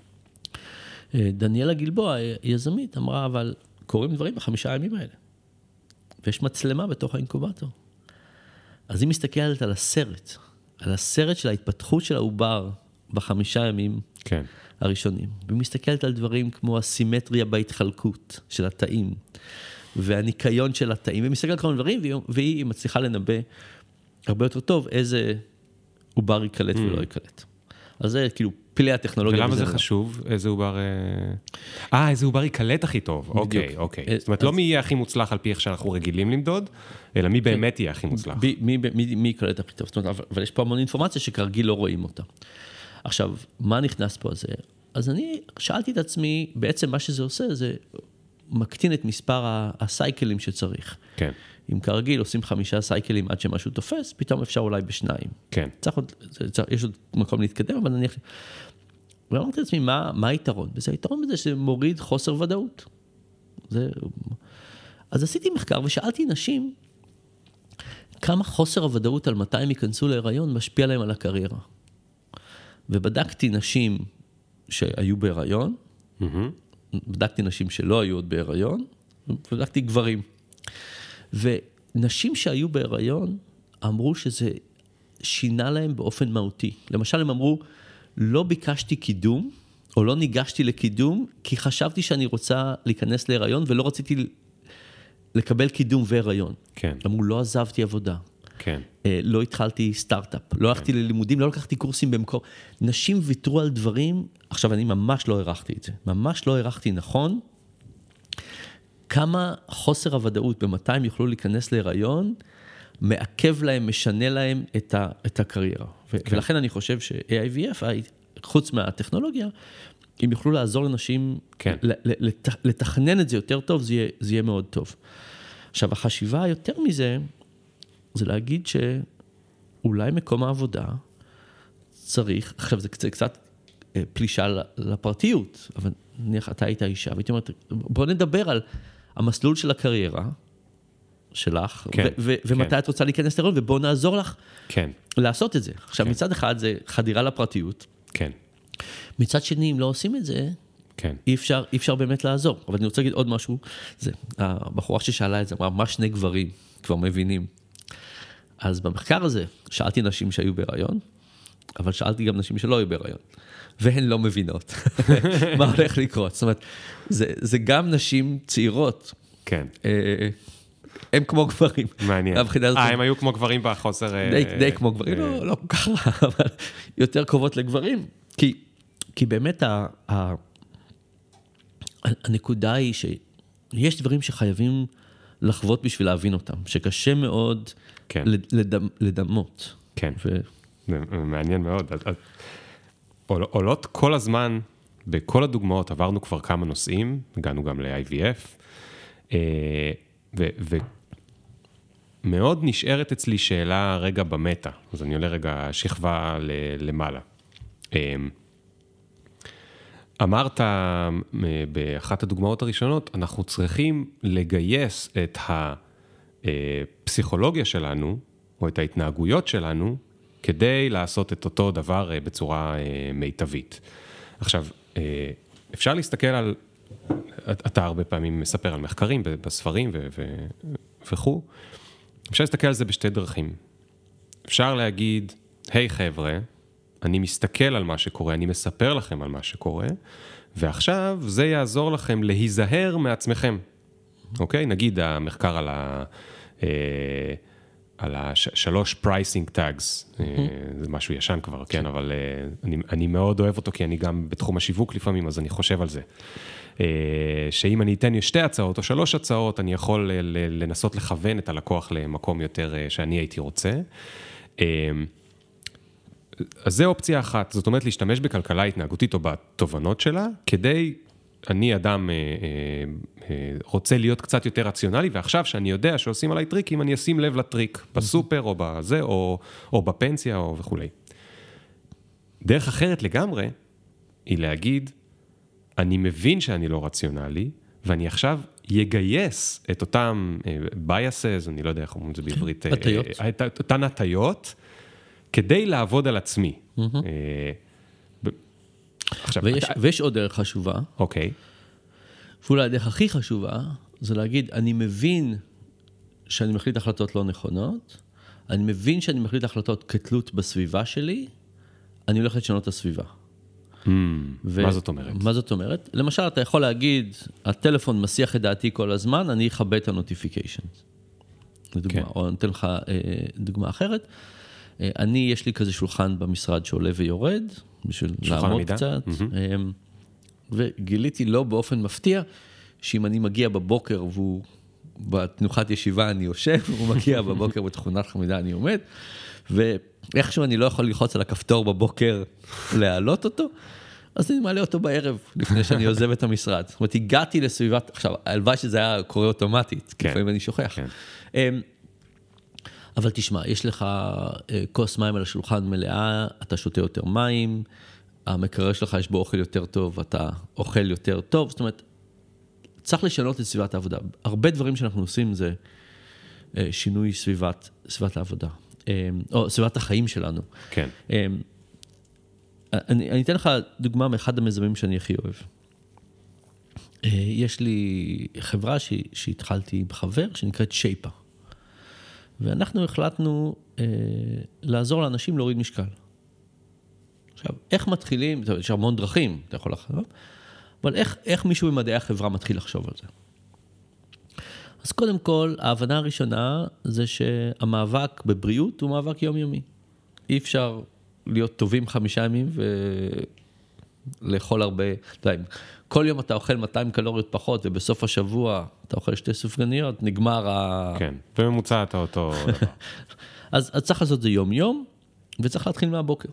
דניאלה גלבוע, יזמית, אמרה, אבל קורים דברים ב5 ימים האלה. ויש מצלמה בתוך האינקובטור. אז היא מסתכלת על הסרט של ההתפתחות של העובר ב5 ימים כן. הראשונים. והיא מסתכלת על דברים כמו הסימטריה בהתחלקות של התאים, והניקיון של התאים, והיא מסתכלת על כל דברים, והיא מצליחה לנבא הרבה יותר טוב איזה עובר יקלט ולא יקלט. אז זה כאילו פלא הטכנולוגיה. ולמה זה חשוב? איזה עובר... איזה עובר יקלט הכי טוב. אוקיי. זאת אומרת, לא מי יהיה הכי מוצלח על פי איך שאנחנו רגילים למדוד, אלא מי באמת יהיה הכי מוצלח. מי יקלט הכי טוב. זאת אומרת, אבל יש פה המון אינפורמציה שכרגיל לא רואים אותה. עכשיו, מה נכנס פה הזה? אז אני שאלתי את עצמי, בעצם מה שזה עושה, זה מקטין את מספר הסייקלים שצריך. כן. אם כרגיל עושים 5 סייקלים עד שמשהו תופס, פתאום אפשר אולי ב2. כן. יש עוד מקום להתקדם, אבל נניח... ואמרתי לעצמי, מה היתרון? וזה היתרון בזה שזה מוריד חוסר ודאות. אז עשיתי מחקר ושאלתי נשים, כמה חוסר הוודאות על מתי הם ייכנסו להיריון משפיע להם על הקריירה. ובדקתי נשים שהיו בהיריון, בדקתי נשים שלא היו עוד בהיריון, ובדקתי גברים. ונשים שהיו בהיריון אמרו שזה שינה להם באופן מהותי. למשל, הם אמרו, לא ביקשתי קידום, או לא ניגשתי לקידום, כי חשבתי שאני רוצה להיכנס להיריון, ולא רציתי לקבל קידום והיריון. כן. אמרו, לא עזבתי עבודה. כן. לא התחלתי סטארט-אפ, לא הלכתי ללימודים, לא לקחתי קורסים במקום. נשים ויתרו על דברים, עכשיו אני ממש לא הערכתי את זה, ממש לא הערכתי נכון, כמה חוסר הוודאות במתי הם יוכלו להיכנס להיריון, מעכב להם, משנה להם את הקריירה. ולכן אני חושב ש-AIVF, חוץ מהטכנולוגיה, אם יוכלו לעזור לנשים, לתכנן את זה יותר טוב, זה יהיה מאוד טוב. עכשיו, החשיבה יותר מזה, זה להגיד שאולי מקום העבודה צריך, עכשיו זה קצת פלישה לפרטיות, אבל נניח אתה היית אישה, והייתי אומרת, בוא נדבר על המסלול של הקריירה שלך, ומתי את רוצה להיכנס להיריון, ובוא נעזור לך לעשות את זה. עכשיו מצד אחד זה חדירה לפרטיות, מצד שני אם לא עושים את זה, אי אפשר באמת לעזור. אבל אני רוצה להגיד עוד משהו, הבחורה ששאלה את זה, אמרה, מה 2 גברים כבר מבינים? אז במחקר הזה שאלתי נשים שהיו בהיריון, אבל שאלתי גם נשים שלא היו בהיריון, והן לא מבינות מה הולך לקרות. זאת אומרת, זה גם נשים צעירות. כן. הם כמו גברים. מעניין. הם היו כמו גברים בחוסר... די כמו גברים, לא כל כך רע, אבל יותר קרובות לגברים. כי באמת הנקודה היא שיש דברים שחייבים לחוות בשביל להבין אותם, שקשה מאוד לדמות. כן, זה מעניין מאוד. עולות כל הזמן, בכל הדוגמאות עברנו כבר כמה נושאים, הגענו גם ל-IVF, ומאוד נשארת אצלי שאלה רגע במטה, אז אני עולה רגע שכבה למעלה. אמרת באחת הדוגמאות הראשונות, אנחנו צריכים לגייס את הפסיכולוגיה שלנו, או את ההתנהגויות שלנו, כדי לעשות את אותו דבר בצורה מיטבית. עכשיו, אפשר להסתכל על, אתה הרבה פעמים מספר על מחקרים בספרים וכו', אפשר להסתכל על זה בשתי דרכים. אפשר להגיד, היי חבר'ה, אני מסתכל על מה שקורה, אני מספר לכם על מה שקורה, ועכשיו זה יעזור לכם להיזהר מעצמכם. אוקיי? נגיד המחקר על השלוש pricing tags, זה משהו ישן כבר, כן, אבל אני מאוד אוהב אותו, כי אני גם בתחום השיווק לפעמים, אז אני חושב על זה. שאם אני אתן 2 הצעות או 3 הצעות, אני יכול לנסות לכוון את הלקוח למקום יותר שאני הייתי רוצה. אז זה אופציה אחת, זאת אומרת להשתמש בכלכלה התנהגותית או בתובנות שלה, כדי, אני אדם רוצה להיות קצת יותר רציונלי, ועכשיו שאני יודע שעושים עליי טריקים, אני אשים לב לטריק, בסופר או בזה, או בפנסיה או וכו'. דרך אחרת לגמרי, היא להגיד, אני מבין שאני לא רציונלי, ואני עכשיו יגייס את אותם biases, אני לא יודע איך אומרים את זה בעברית, אותן הטיות, כדי לעבוד על עצמי. ויש עוד דרך חשובה. אוקיי. ואולי הדרך הכי חשובה, זה להגיד, אני מבין שאני מחליט החלטות לא נכונות, אני מבין שאני מחליט החלטות כתלות בסביבה שלי, אני הולך לשנות את הסביבה. מה זאת אומרת? מה זאת אומרת? למשל, אתה יכול להגיד, הטלפון מסיח את דעתי כל הזמן, אני אכבה את הנוטיפיקיישנס. לדוגמה, או אני אתן לך דוגמה אחרת. יש לי כזה שולחן במשרד שעולה ויורד, בשביל לעמוד קצת, וגיליתי לא באופן מפתיע, שאם אני מגיע בבוקר והוא בתנוחת ישיבה אני יושב, הוא מגיע בבוקר בתכונת חמידה אני עומד, ואיכשהו אני לא יכול ללחוץ על הכפתור בבוקר להעלות אותו, אז אני מעלה אותו בערב, לפני שאני עוזב את המשרד. זאת אומרת, הגעתי לסביבת, עכשיו, הלוואי שזה היה קורה אוטומטית, כי לפעמים אני שוכח. אבל תשמע, יש לך כוס מים על השולחן מלאה, אתה שותה יותר מים, המקרר שלך יש בו אוכל יותר טוב, אתה אוכל יותר טוב, זאת אומרת, צריך לשנות את סביבת העבודה. הרבה דברים שאנחנו עושים זה שינוי סביבת העבודה, או סביבת החיים שלנו. כן. אני אתן לך דוגמה מאחד המיזמים שאני הכי אוהב. יש לי חברה שהתחלתי עם חבר, שנקראת שייפה. ואנחנו החלטנו לעזור לאנשים להוריד משקל. עכשיו, איך מתחילים, יש המון דרכים, אתה יכול לחשוב, אבל איך מישהו במדעי החברה מתחיל לחשוב על זה? אז קודם כל, ההבנה הראשונה זה שהמאבק בבריאות הוא מאבק יומיומי. אי אפשר להיות טובים 5 ימים ולאכול הרבה, כל יום אתה אוכל 200 קלוריות פחות, ובסוף השבוע אתה אוכל 2 סופגניות, נגמר כן, בממוצע אתה אותו דבר. אז צריך לעשות זה יום-יום, וצריך להתחיל מהבוקר.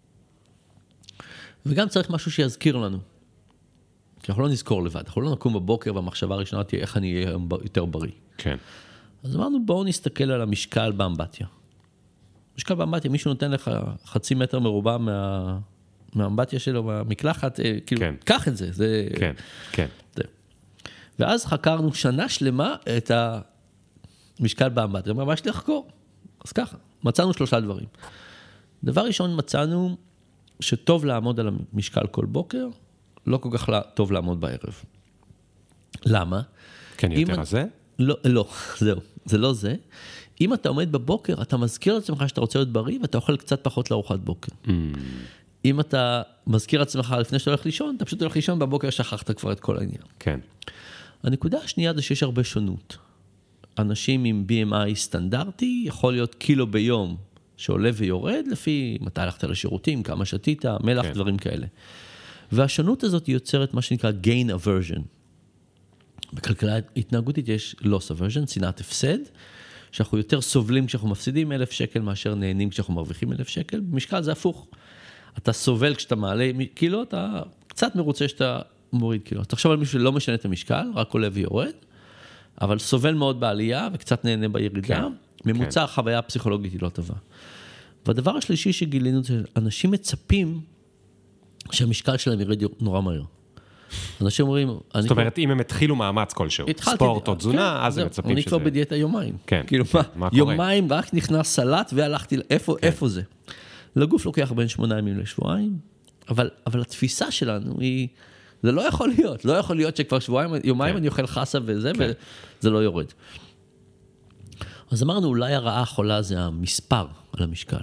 וגם צריך משהו שיזכיר לנו. כי אנחנו לא נזכור לבד, אנחנו לא נקום בבוקר, והמחשבה הראשונה תהיה איך אני אהיה יותר בריא. כן. אז אמרנו, בואו נסתכל על המשקל באמבטיה. משקל באמבטיה, מישהו נותן לך 0.5 מטר מרובע מהאמבטיה שלו, מהמקלחת, כאילו, קח את זה. כן, כן. ואז חקרנו שנה שלמה את המשקל באמבטיה, ממש לחקור. אז ככה, מצאנו 3 דברים. דבר ראשון, מצאנו שטוב לעמוד על המשקל כל בוקר, לא כל כך טוב לעמוד בערב. למה? כן, יותר הזה? לא, זהו, זה לא זה. אם אתה עומד בבוקר, אתה מזכיר לעצמך שאתה רוצה להיות בריא, ואתה אוכל קצת פחות לארוחת בוקר. אם אתה מזכיר לעצמך לפני שאתה הולך לישון, אתה פשוט הולך לישון, בבוקר שכחת כבר את כל העניין. כן. הנקודה השנייה זה שיש הרבה שונות. אנשים עם BMI סטנדרטי, יכול להיות קילו ביום שעולה ויורד, לפי מתי הלכת לשירותים, כמה שתית, מלח, דברים כאלה. והשונות הזאת יוצרת מה שנקרא gain aversion. בכלכלה התנהגותית יש loss aversion, שנאת הפסד, שאנחנו יותר סובלים כשאנחנו מפסידים 1,000 שקל, מאשר נהנים כשאנחנו מרוויחים 1,000 שקל. במשקל זה הפוך. אתה סובל כשאתה מעלה קילו, אתה קצת מרוצה שאתה מוריד קילו. תחשוב על מישהו שלא משנה את המשקל, רק עולה ויורד, אבל סובל מאוד בעלייה וקצת נהנה בירידה. ממוצע החוויה הפסיכולוגית היא לא טובה. והדבר השלישי שגילינו זה אנשים מצפים שהמשקל שלהם ירד נורא מהר. אנשים אומרים... זאת אומרת, אם הם התחילו מאמץ כלשהו, ספורט או תזונה, אז הם מצפים שזה... אני כבר בדיאטה יומיים. כן, מה קורה? יומיים רק נכנס סלט והלכתי, איפה זה? לגוף לוקח בין 8 ימים לשבועיים, אבל התפיסה שלנו היא, זה לא יכול להיות, לא יכול להיות שכבר יומיים אני אוכל חסה וזה, וזה לא יורד. אז אמרנו, אולי הרעה החולה זה המספר על המשקל.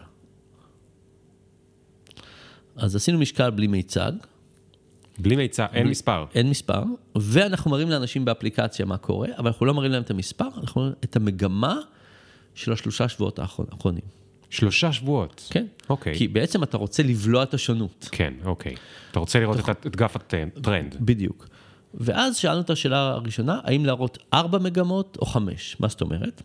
אז עשינו משקל בלי מיצג. בלי מיצג, אין מספר. אין מספר, ואנחנו מראים לאנשים באפליקציה מה קורה, אבל אנחנו לא מראים להם את המספר, אנחנו מראים את המגמה של 3 שבועות האחרונים. 3 שבועות? כן. אוקיי. כי בעצם אתה רוצה לבלוע את השונות. כן, אוקיי. אתה רוצה לראות את גרף הטרנד. בדיוק. ואז שאלנו את השאלה הראשונה, האם להראות 4 מגמות או 5? מה זאת אומרת?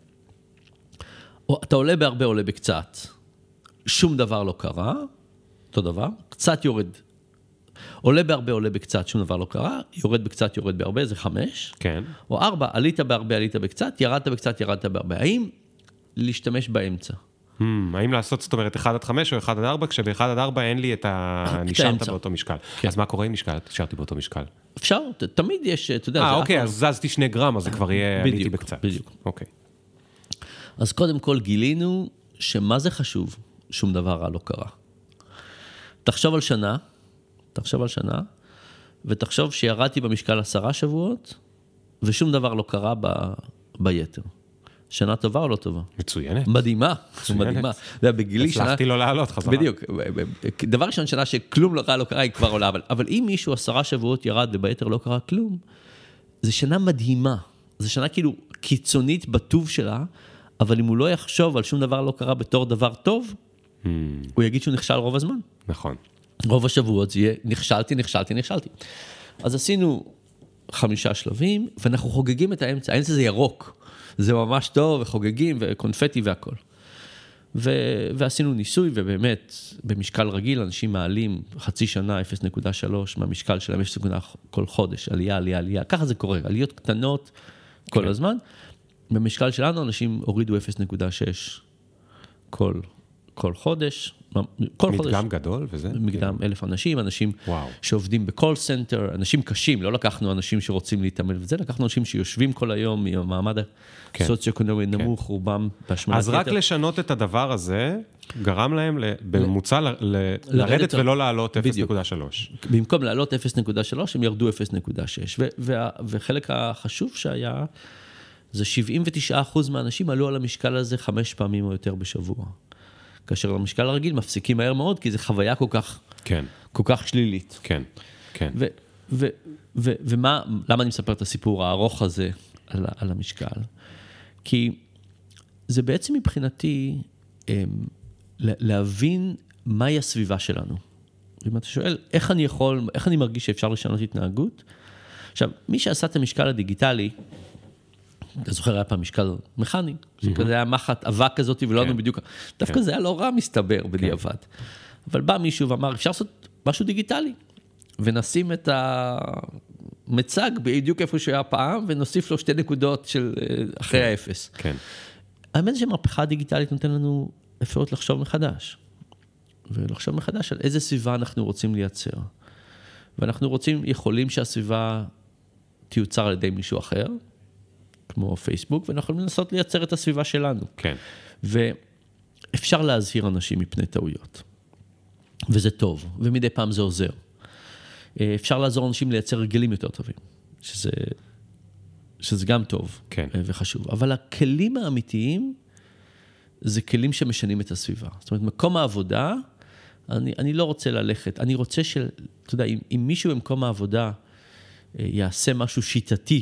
אתה עולה בהרבה, עולה בקצת. שום דבר לא קרה, אותו דבר, קצת יורד. עולה בהרבה, עולה בקצת, שום דבר לא קרה, יורד בקצת, יורד בהרבה, זה 5. כן. או 4, עלית בהרבה, עלית בקצת, ירדת בקצת, ירדת בהרבה. האם להשתמש באמצע? האם לעשות, זאת אומרת, 1-5 או 1-4, כשב-1-4 אין לי את נשארת באותו משקל. אז מה קורה אם נשארתי באותו משקל? אפשר, תמיד יש, אתה יודע... אוקיי, אז זזתי 2 גרם, אז זה כבר יהיה, עליתי בקצת. בדיוק. אוקיי. אז קודם כל גילינו שמה זה חשוב, שום דבר רע לא קרה. תחשוב על שנה, ותחשוב שירדתי במשקל 10 שבועות, ושום דבר לא קרה ביתר. שנה טובה או לא טובה? מצוינת. מדהימה. בגילי שנה... הצלחתי לא לעלות חזרה. בדיוק. דבר ראשון, שנה שכלום לא קרה, היא כבר עולה. אבל אם מישהו 10 שבועות ירד וביתר לא קרה כלום, זה שנה מדהימה. זה שנה כאילו קיצונית בטוב שלה, אבל אם הוא לא יחשוב על שום דבר לא קרה בתור דבר טוב, הוא יגיד שהוא נכשל רוב הזמן. נכון. רוב השבועות זה יהיה נכשלתי. אז עשינו 5 שלבים, ואנחנו חוגגים את האמצע. האמצע זה ירוק. זה ממש טוב, וחוגגים, וקונפטי והכל. ועשינו ניסוי, ובאמת, במשקל רגיל, אנשים מעלים חצי שנה 0.3 מהמשקל שלהם, 0.3 כל חודש, עלייה. ככה זה קורה, עליות קטנות כל הזמן. במשקל שלנו, אנשים הורידו 0.6 כל חודש. מדגם גדול וזה? מדגם 1,000 אנשים שעובדים בקול סנטר, אנשים קשים, לא לקחנו אנשים שרוצים להתאמן וזה, לקחנו אנשים שיושבים כל היום מהמעמד הסוציו-אקונומי נמוך, רובם בהשמנת יתר. אז רק לשנות את הדבר הזה, גרם להם בממוצע לרדת ולא לעלות 0.3. במקום לעלות 0.3, הם ירדו 0.6. וחלק החשוב שהיה, זה 79% מהאנשים עלו על המשקל הזה 5 פעמים או יותר בשבוע. כאשר המשקל הרגיל מפסיקים מהר מאוד, כי זו חוויה כל כך שלילית. כן. למה אני מספר את הסיפור הארוך הזה על המשקל? כי זה בעצם מבחינתי להבין מהי הסביבה שלנו. אם אתה שואל, איך אני מרגיש שאפשר לשנות התנהגות? עכשיו, מי שעשה את המשקל הדיגיטלי, אתה זוכר, היה פעם משקל מכני, זה היה מחט אבק כזאת, ולא לנו בדיוק, דווקא זה היה לא רע מסתבר בדיעבד. אבל בא מישהו ואמר, אפשר לעשות משהו דיגיטלי, ונשים את המצג בדיוק איפה שהוא היה פעם, ונוסיף לו 2 נקודות של אחרי האפס. האמת שמהפכה דיגיטלית נותן לנו אפשרות לחשוב מחדש, ולחשוב מחדש על איזה סביבה אנחנו רוצים לייצר. ואנחנו יכולים שהסביבה תיוצר על ידי מישהו אחר, כמו פייסבוק, ואנחנו יכולים לנסות לייצר את הסביבה שלנו. כן. ואפשר להזהיר אנשים מפני טעויות. וזה טוב, ומדי פעם זה עוזר. אפשר לעזור אנשים לייצר רגלים יותר טובים, שזה גם טוב וחשוב. אבל הכלים האמיתיים, זה כלים שמשנים את הסביבה. זאת אומרת, מקום העבודה, אני לא רוצה ללכת, אני רוצה אתה יודע, אם מישהו במקום העבודה יעשה משהו שיטתי,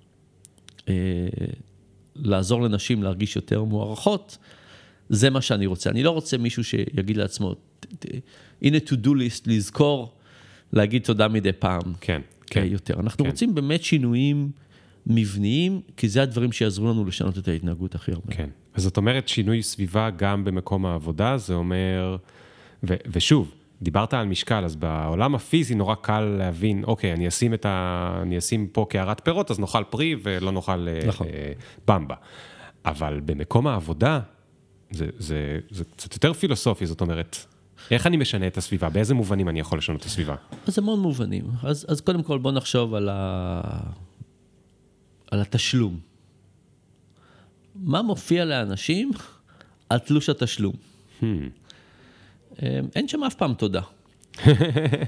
לעזור לנשים להרגיש יותר מוערכות, זה מה שאני רוצה. אני לא רוצה מישהו שיגיד לעצמו, הנה to do list, לזכור, להגיד תודה מדי פעם יותר. אנחנו רוצים באמת שינויים מבניים, כי זה הדברים שיעזרו לנו לשנות את ההתנהגות הכי הרבה. כן. אז זאת אומרת, שינוי סביבה גם במקום העבודה, זה אומר, ושוב, דיברת על משקל, אז בעולם הפיזי נורא קל להבין, אוקיי, אני אשים פה קערת פירות, אז נאכל פרי ולא נאכל במבה. אבל במקום העבודה, זה קצת יותר פילוסופי, זאת אומרת, איך אני משנה את הסביבה? באיזה מובנים אני יכול לשנות את הסביבה? אז המון מובנים. אז קודם כל בוא נחשוב על התשלום. מה מופיע לאנשים על תלוש התשלום? אין שם אף פעם תודה.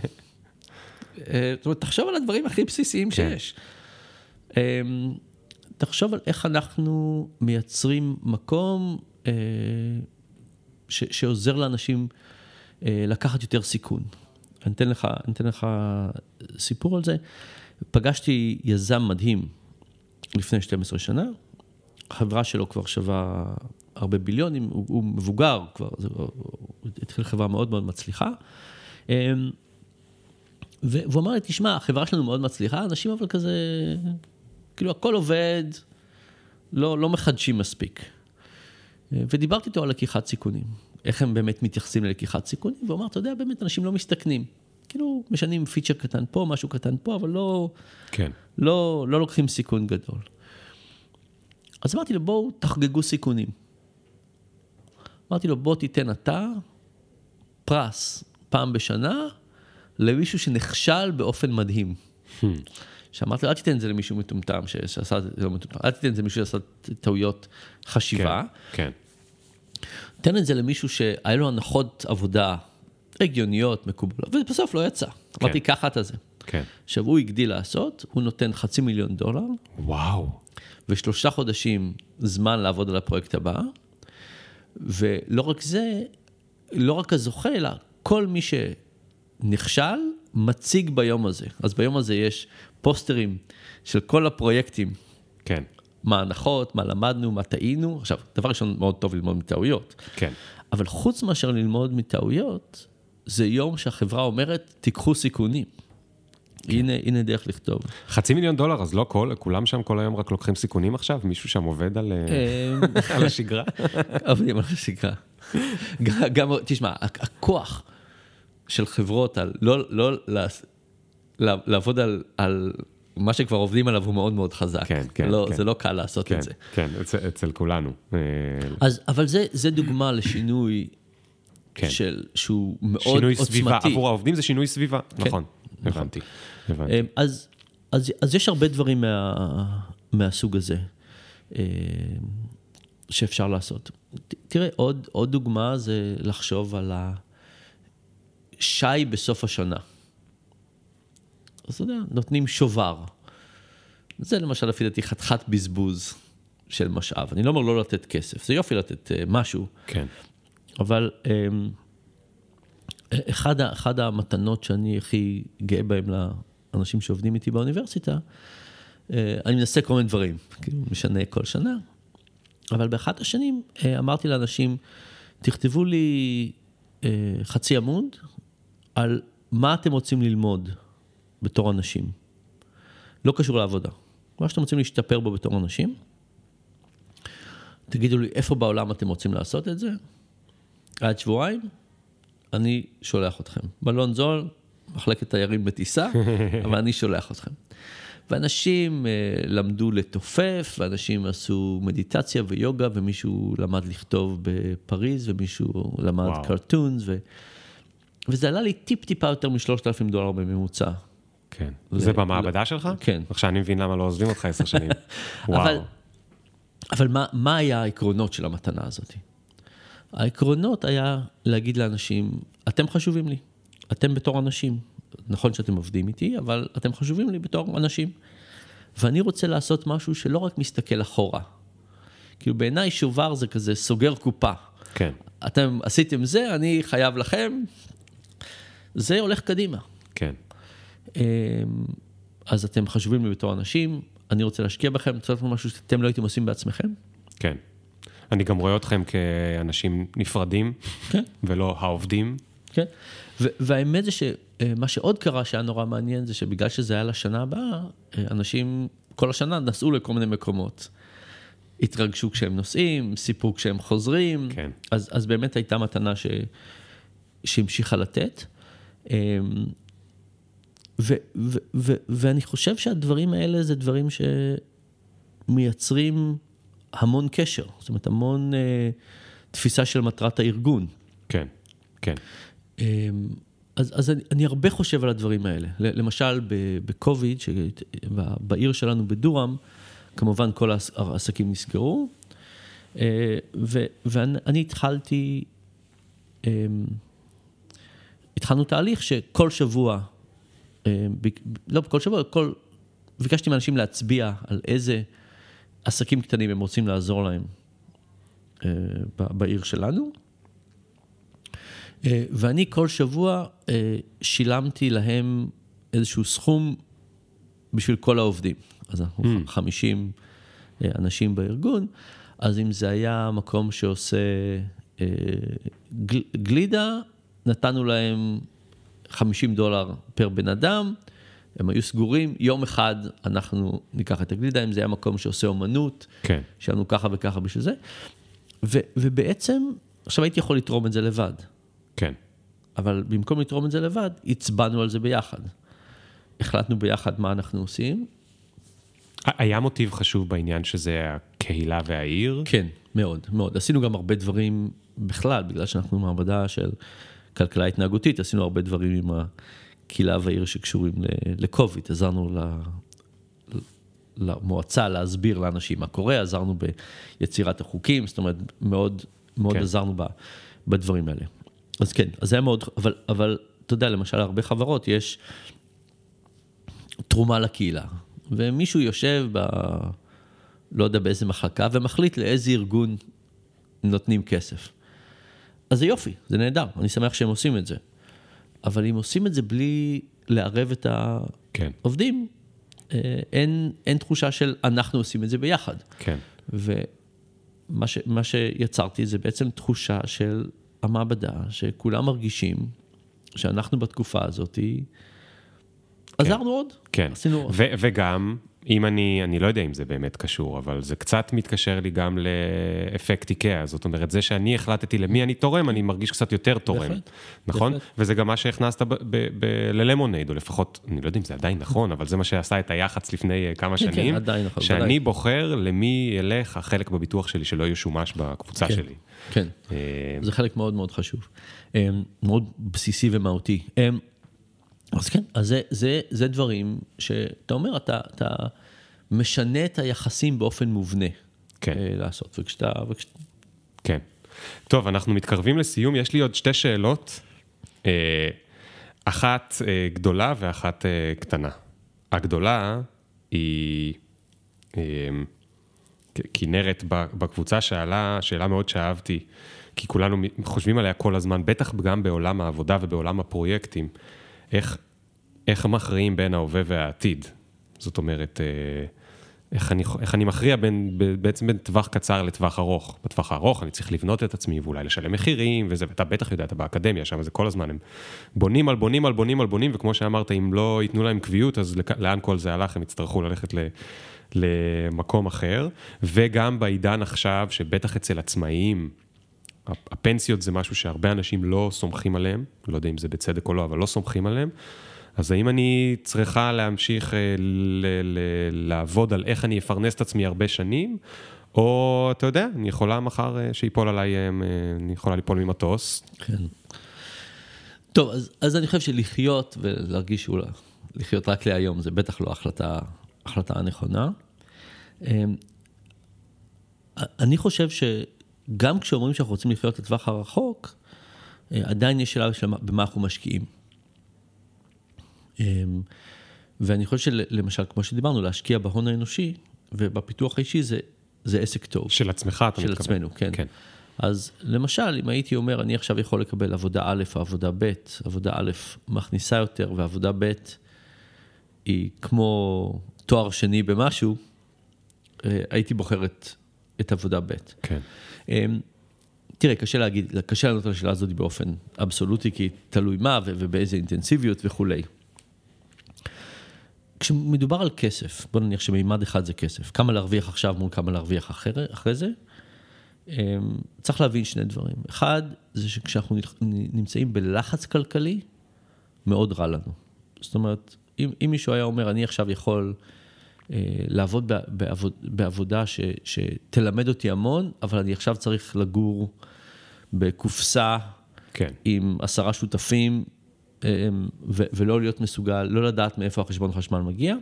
זאת אומרת, תחשוב על הדברים הכי בסיסיים שיש. תחשוב על איך אנחנו מייצרים מקום שעוזר לאנשים לקחת יותר סיכון. אני אתן לך סיפור על זה. פגשתי יזם מדהים לפני 12 שנה, החברה שלו כבר שווה הרבה ביליונים, הוא מבוגר כבר, הוא התחיל חברה מאוד מאוד מצליחה, והוא אמר לי, תשמע, החברה שלנו מאוד מצליחה, אנשים אבל כזה, כאילו הכל עובד, לא מחדשים מספיק. ודיברתי איתו על לקיחת סיכונים, איך הם באמת מתייחסים ללקיחת סיכונים, והוא אמר, אתה יודע, באמת אנשים לא מסתכנים, כאילו משנים פיצ'ר קטן פה, משהו קטן פה, אבל לא לוקחים סיכון גדול. אז אמרתי לו, בואו תחגגו סיכונים. אמרתי לו, בוא תיתן אתה פרס פעם בשנה למישהו שנכשל באופן מדהים. שאמרתי לו, אל תיתן את זה למישהו מטומטם שעשה את זה לא מטומטם, אל תיתן את זה למישהו שעשה טעויות חשיבה. כן. תן את זה למישהו שהיה לו הנחות עבודה הגיוניות, מקובלות, ובסוף לא יצא. אמרתי, ככה את זה. עכשיו הוא הגדיל לעשות, הוא נותן $500,000. וואו. ו3 חודשים זמן לעבוד על הפרויקט הבא, ולא רק זה, לא רק הזוכה, אלא כל מי שנכשל, מציג ביום הזה. אז ביום הזה יש פוסטרים של כל הפרויקטים. כן. מה ההנחות, מה למדנו, מה טעינו. עכשיו, דבר ראשון מאוד טוב ללמוד מטעויות. כן. אבל חוץ מאשר ללמוד מטעויות, זה יום שהחברה אומרת, תיקחו סיכונים. הנה דרך לכתוב. $500,000, אז לא כולם שם כל היום רק לוקחים סיכונים עכשיו? מישהו שם עובד על השגרה? עובדים על השגרה. גם, תשמע, הכוח של חברות לעבוד על מה שכבר עובדים עליו הוא מאוד מאוד חזק. כן. זה לא קל לעשות את זה. כן, אצל כולנו. אבל זה דוגמה לשינוי שהוא מאוד עוצמתי. שינוי סביבה, עבור העובדים זה שינוי סביבה, נכון. הבנתי. אז יש הרבה דברים מהסוג הזה שאפשר לעשות. תראה, עוד דוגמה זה לחשוב על השי בסוף השנה. אז אתה יודע, נותנים שובר. זה למשל לפי דעתי חתיכת בזבוז של משאב. אני לא אומר לא לתת כסף, זה יופי לתת משהו. כן. אבל אחד המתנות שאני הכי גאה בהם לאנשים שעובדים איתי באוניברסיטה, אני מנסה כל מיני דברים, כאילו משנה כל שנה, אבל באחת השנים אמרתי לאנשים, תכתבו לי חצי עמוד על מה אתם רוצים ללמוד בתור אנשים. לא קשור לעבודה. מה שאתם רוצים להשתפר בו בתור אנשים. תגידו לי איפה בעולם אתם רוצים לעשות את זה. עד שבועיים, אני שולח אתכם. בלון זול, מחלקת תיירים בטיסה, אבל אני שולח אתכם. ואנשים למדו לתופף, ואנשים עשו מדיטציה ויוגה, ומישהו למד לכתוב בפריז, ומישהו למד קרטונס, וזה עלה לי טיפה יותר $3,000 בממוצע. כן. זה במעבדה שלך? כן. עכשיו אני מבין למה לא עוזבים אותך 10 שנים. וואו. אבל מה היה העקרונות של המתנה הזאת? העקרונות היה להגיד לאנשים, אתם חשובים לי, אתם בתור אנשים. נכון שאתם עובדים איתי, אבל אתם חשובים לי בתור אנשים. ואני רוצה לעשות משהו שלא רק מסתכל אחורה. כאילו בעיניי שובר זה כזה סוגר קופה. כן. אתם עשיתם זה, אני חייב לכם. זה הולך קדימה. כן. אז אתם חשובים לי בתור אנשים, אני רוצה להשקיע בכם, רוצה לעשות משהו שאתם לא הייתם עושים בעצמכם? כן. אני גם רואה אתכם כאנשים נפרדים, כן. ולא העובדים. כן. והאמת זה שמה שעוד קרה שהיה נורא מעניין, זה שבגלל שזה היה לשנה הבאה, אנשים כל השנה נסעו לכל מיני מקומות. התרגשו כשהם נוסעים, סיפרו כשהם חוזרים. כן. אז באמת הייתה מתנה שהמשיכה לתת. ואני חושב שהדברים האלה זה דברים שמייצרים המון קשר, זאת אומרת, המון תפיסה של מטרת הארגון. כן, כן. אז אני הרבה חושב על הדברים האלה. למשל, בקוביד, בעיר שלנו בדורם, כמובן כל העסקים נסגרו, ואני התחלנו תהליך שכל שבוע, לא כל שבוע, ביקשתי מאנשים להצביע על איזה עסקים קטנים, הם רוצים לעזור להם בעיר שלנו. ואני כל שבוע שילמתי להם איזשהו סכום בשביל כל העובדים. אז אנחנו 50 אנשים בארגון, אז אם זה היה מקום שעושה גלידה, נתנו להם $50 פר בן אדם, הם היו סגורים, יום אחד אנחנו ניקח את הגלידה, אם זה היה מקום שעושה אומנות, כן. שלנו ככה וככה בשביל זה, ובעצם, עכשיו הייתי יכול לתרום את זה לבד. כן. אבל במקום לתרום את זה לבד, הצבענו על זה ביחד. החלטנו ביחד מה אנחנו עושים. היה מוטיב חשוב בעניין שזה הקהילה והעיר? כן, מאוד, מאוד. עשינו גם הרבה דברים בכלל, בגלל שאנחנו מעבדה של כלכלה התנהגותית, עשינו הרבה דברים עם הקהילה והעיר שקשורים לקוביד. עזרנו למועצה להסביר לאנשים מה קורה, עזרנו ביצירת החוקים, זאת אומרת, מאוד כן. עזרנו בדברים האלה. אז כן, אז זה היה מאוד, אבל אתה יודע, למשל, הרבה חברות יש תרומה לקהילה, ומישהו יושב לא יודע באיזה מחלקה, ומחליט לאיזה ארגון נותנים כסף. אז זה יופי, זה נהדר, אני שמח שהם עושים את זה. אבל אם עושים את זה בלי לערב את העובדים, אין תחושה של אנחנו עושים את זה ביחד. כן. ומה שיצרתי זה בעצם תחושה של המעבדה, שכולם מרגישים שאנחנו בתקופה הזאת, עזרנו עוד. כן, עשינו עוד. וגם, אם אני לא יודע אם זה באמת קשור, אבל זה קצת מתקשר לי גם לאפקט איקאה, זאת אומרת, זה שאני החלטתי למי אני תורם, אני מרגיש קצת יותר תורם, נכון? וזה גם מה שהכנסת ללמונייד, או לפחות, אני לא יודע אם זה עדיין נכון, אבל זה מה שעשה את היח"צ לפני כמה שנים, שאני בוחר למי ילך החלק בביטוח שלי, שלא ישומש בקבוצה שלי. כן, זה חלק מאוד מאוד חשוב, מאוד בסיסי ומהותי. אז כן, אז זה דברים שאתה אומר, אתה משנה את היחסים באופן מובנה לעשות, כן. טוב, אנחנו מתקרבים לסיום, יש לי עוד 2 שאלות, אחת גדולה ואחת קטנה. הגדולה היא כנרת בקבוצה שאלה מאוד שאהבתי, כי כולנו חושבים עליה כל הזמן, בטח גם בעולם העבודה ובעולם הפרויקטים, איך מכריעים בין ההווה והעתיד? זאת אומרת, איך אני מכריע בעצם בין טווח קצר לטווח ארוך. בטווח הארוך אני צריך לבנות את עצמי ואולי לשלם מחירים, וזה, ואתה בטח יודע, אתה באקדמיה שם, זה כל הזמן, הם בונים על בונים על בונים על בונים, וכמו שאמרת, אם לא ייתנו להם קביעות, אז לאן כל זה הלך, הם יצטרכו ללכת למקום אחר, וגם בעידן עכשיו, שבטח אצל עצמאיים, הפנסיות זה משהו שהרבה אנשים לא סומכים עליהם, לא יודע אם זה בצדק או לא, אבל לא סומכים עליהם, אז האם אני צריכה להמשיך לעבוד על איך אני אפרנס את עצמי הרבה שנים, או אתה יודע, אני יכולה מחר שיפול עליי, אני יכולה ליפול ממטוס. כן. טוב, אז אני חושב שלחיות ולהרגיש אולי, לחיות רק להיום, זה בטח לא החלטה הנכונה. אני חושב גם כשאומרים שאנחנו רוצים לחיות לטווח הרחוק, עדיין יש שאלה במה אנחנו משקיעים. ואני חושב שלמשל, כמו שדיברנו, להשקיע בהון האנושי ובפיתוח האישי זה עסק טוב. של עצמך, אתה מתכוון. של עצמנו, כן. אז למשל, אם הייתי אומר, אני עכשיו יכול לקבל עבודה א' או עבודה ב', עבודה א' מכניסה יותר, ועבודה ב' היא כמו תואר שני במשהו, הייתי בוחרת את עבודה ב'. כן. תראה, קשה לענות על השאלה הזאת באופן אבסולוטי, כי תלוי מה ובאיזה אינטנסיביות וכו'. כשמדובר על כסף, בוא נניח שמימד אחד זה כסף, כמה להרוויח עכשיו מול כמה להרוויח אחרי זה, צריך להבין 2 דברים. אחד, זה שכשאנחנו נמצאים בלחץ כלכלי, מאוד רע לנו. זאת אומרת, אם מישהו היה אומר, אני עכשיו יכול לעבוד בעבודה שתלמד אותי המון, אבל אני עכשיו צריך לגור בקופסה עם 10 שותפים, ולא להיות מסוגל, לא לדעת מאיפה החשבון חשמל מגיע,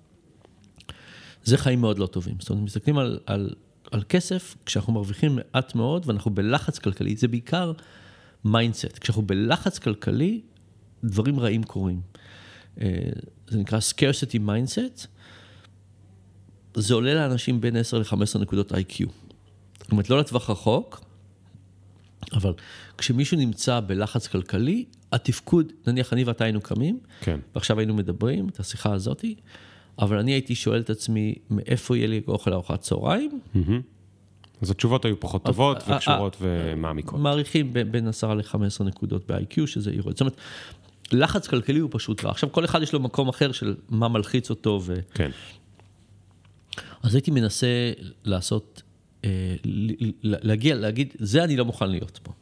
זה חיים מאוד לא טובים. זאת אומרת, מסתכלים על כסף, כשאנחנו מרוויחים מעט מאוד, ואנחנו בלחץ כלכלי, זה בעיקר מיינדסט. כשאנחנו בלחץ כלכלי, דברים רעים קורים. זה נקרא scarcity mindset, זה עולה לאנשים בין 10 ל-15 נקודות IQ. זאת אומרת, לא לטווח רחוק, אבל כשמישהו נמצא בלחץ כלכלי, התפקוד, נניח אני ואתה היינו קמים, כן. ועכשיו היינו מדברים, את השיחה הזאת, אבל אני הייתי שואל את עצמי, מאיפה יהיה לי אוכל ארוחת צהריים? אז התשובות היו פחות טובות וקשורות ומעמיקות. מעריכים בין 10 ל-15 נקודות ב-IQ, שזה יורד. זאת אומרת, לחץ כלכלי הוא פשוט לא. עכשיו, כל אחד יש לו מקום אחר של מה מלחיץ אותו. כן. אז הייתי מנסה לעשות, להגיד, זה אני לא מוכן להיות פה.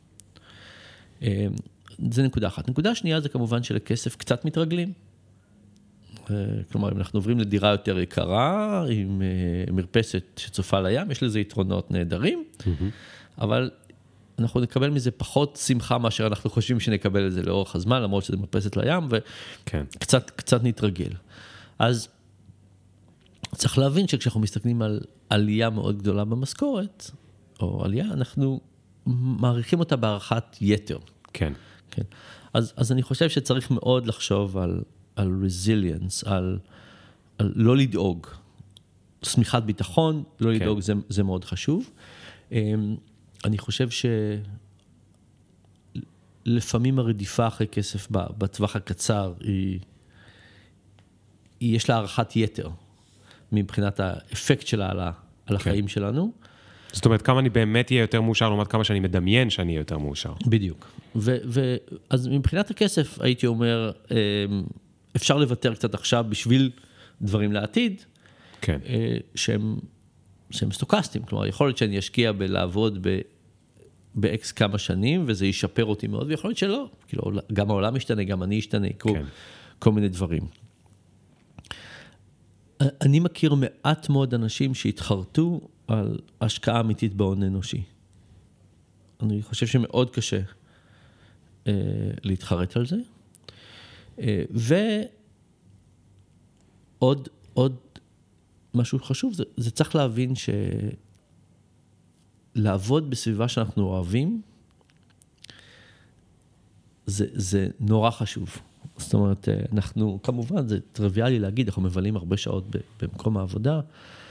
זה נקודה אחת. נקודה שנייה זה כמובן שלכסף קצת מתרגלים. כלומר, אם אנחנו עוברים לדירה יותר יקרה, עם מרפסת שצופה לים, יש לזה יתרונות נהדרים, אבל אנחנו נקבל מזה פחות שמחה מאשר אנחנו חושבים שנקבל את זה לאורך הזמן, למרות שזה מרפסת לים, וקצת נתרגל. אז צריך להבין שכשאנחנו מסתכלים על עלייה מאוד גדולה במשכורת, או עלייה, אנחנו מעריכים אותה בערכת יתר. כן. כן. אז אני חושב שצריך מאוד לחשוב על resilience, על לא לדאוג. סמיכת ביטחון, לא לדאוג, זה מאוד חשוב. אני חושב שלפעמים הרדיפה אחרי כסף בטווח הקצר, יש לה הערכת יתר, מבחינת האפקט שלה על החיים שלנו. זאת אומרת, כמה אני באמת אהיה יותר מאושר, לעומת כמה שאני מדמיין שאני אהיה יותר מאושר. בדיוק. אז מבחינת הכסף, הייתי אומר, אפשר לוותר קצת עכשיו בשביל דברים לעתיד, כן. שהם סטוקסטיים. כלומר, יכול להיות שאני אשקיע בלעבוד באקס כמה שנים, וזה ישפר אותי מאוד, ויכול להיות שלא. כאילו, גם העולם משתנה, גם אני אשתנה, כל מיני דברים. אני מכיר מעט מאוד אנשים שהתחרטו על השקעה אמיתית בהון אנושי. אני חושב שמאוד קשה להתחרט על זה. ועוד משהו חשוב, זה צריך להבין שלעבוד בסביבה שאנחנו אוהבים, זה נורא חשוב. זאת אומרת, אנחנו, כמובן, זה טריוויאלי להגיד, אנחנו מבלים הרבה שעות במקום העבודה,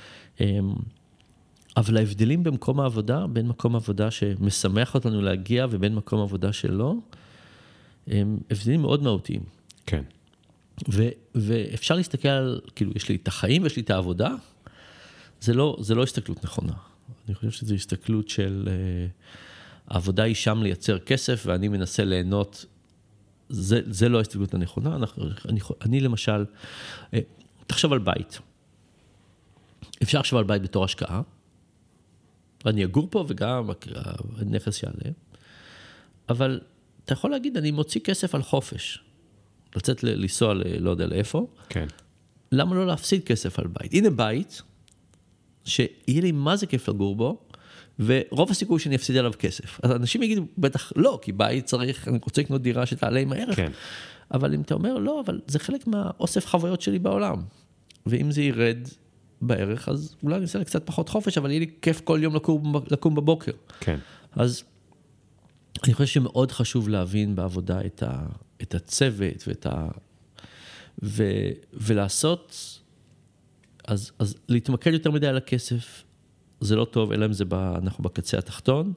אבל ההבדלים במקום העבודה, בין מקום עבודה שמשמח אותנו להגיע, ובין מקום עבודה שלא, הם הבדלים מאוד מהותיים. כן. ואפשר להסתכל על, כאילו, יש לי את החיים ויש לי את העבודה, זה לא הסתכלות נכונה. אני חושב שזו הסתכלות של, העבודה היא שם לייצר כסף, ואני מנסה ליהנות, זה לא ההסתכלות הנכונה. אני למשל, תחשוב על בית. אפשר לחשוב על בית בתור השקעה, אני אגור פה וגם הנכס יעלה, אבל אתה יכול להגיד, אני מוציא כסף על חופש, לצאת לנסוע לא יודע לאיפה, כן. למה לא להפסיד כסף על בית? הנה בית, שיהיה לי מה זה כיף לגור בו, ורוב הסיכוי שאני אפסיד עליו כסף. אז אנשים יגידו, בטח לא, כי בית צריך, אני רוצה לקנות דירה שתעלה עם הערך, כן. אבל אם אתה אומר, לא, אבל זה חלק מהאוסף חוויות שלי בעולם, ואם זה ירד בערך, אז אולי אני אעשה קצת פחות חופש, אבל יהיה לי כיף כל יום לקום בבוקר. כן. אז אני חושב שמאוד חשוב להבין בעבודה את הצוות ולעשות, אז להתמקד יותר מדי על הכסף, זה לא טוב, אלא אם זה אנחנו בקצה התחתון.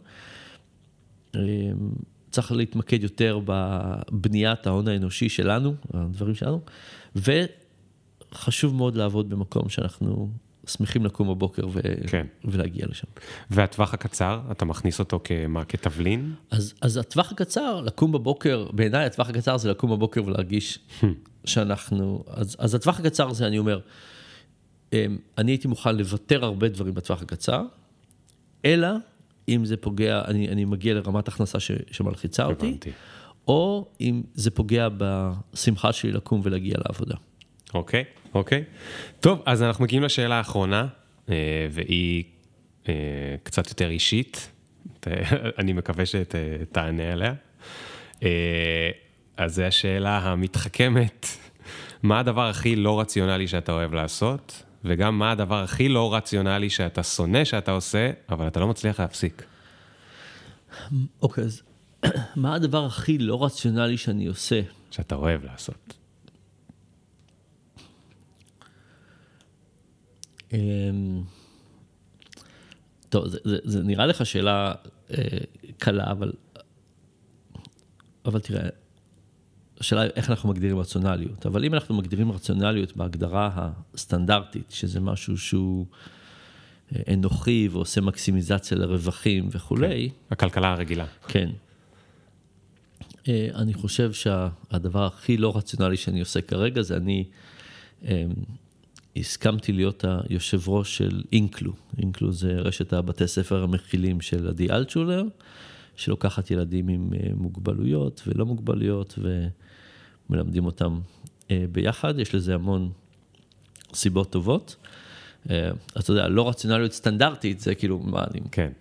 צריך להתמקד יותר בבניית ההון האנושי שלנו, הדברים שלנו, וחשוב מאוד לעבוד במקום שאנחנו שמחים לקום בבוקר ולהגיע לשם. והטווח הקצר, אתה מכניס אותו כתבלין? אז הטווח הקצר, לקום בבוקר, בעיניי הטווח הקצר זה לקום בבוקר ולהרגיש שאנחנו, אז הטווח הקצר זה אני אומר, אני הייתי מוכן לוותר הרבה דברים בטווח הקצר, אלא אם זה פוגע, אני מגיע לרמת הכנסה שמלחיצה אותי, או אם זה פוגע בשמחה שלי לקום ולהגיע לעבודה. אוקיי. טוב, אז אנחנו מגיעים לשאלה האחרונה, והיא קצת יותר אישית, אני מקווה שתענה עליה. אז זו השאלה המתחכמת, מה הדבר הכי לא רציונלי שאתה אוהב לעשות, וגם מה הדבר הכי לא רציונלי שאתה שונא שאתה עושה, אבל אתה לא מצליח להפסיק. אוקיי, אז מה הדבר הכי לא רציונלי שאני עושה? שאתה אוהב לעשות. טוב, זה נראה לך שאלה קלה, אבל תראה, השאלה איך אנחנו מגדירים רציונליות, אבל אם אנחנו מגדירים רציונליות בהגדרה הסטנדרטית, שזה משהו שהוא אנוכי ועושה מקסימיזציה לרווחים וכולי. כן, הכלכלה הרגילה. כן. אני חושב שהדבר הכי לא רציונלי שאני עושה כרגע, זה אני הסכמתי להיות היושב ראש של אינקלו. אינקלו זה רשת הבתי ספר המכילים של עדי אלטשולר, שלוקחת ילדים עם מוגבלויות ולא מוגבלויות, ומלמדים אותם ביחד. יש לזה המון סיבות טובות. אתה יודע, לא רציונליות סטנדרטית, זה כאילו, מה אני... כן.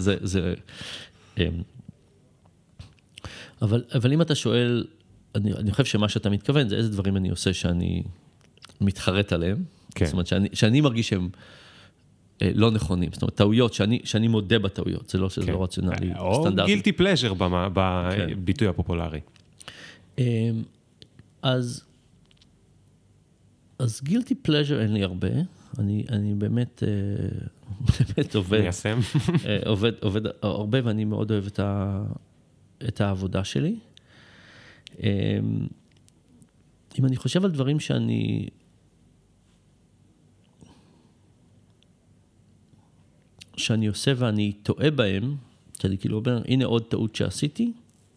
אבל אם אתה שואל, אני חושב שמה שאתה מתכוון, זה איזה דברים אני עושה שאני מתחרט עליהם. כן. זאת אומרת, שאני מרגיש שהם לא נכונים. זאת אומרת, טעויות, שאני מודה בטעויות, זה לא שזה לא רציונלי סטנדרטי. או גילטי פלז'ר בביטוי הפופולרי. אז גילטי פלז'ר אין לי הרבה. אני באמת עובד הרבה, ואני מאוד אוהב את העבודה שלי. אם אני חושב על דברים שאני עושה ואני טועה בהם, שאני כאילו אומר, הנה עוד טעות שעשיתי.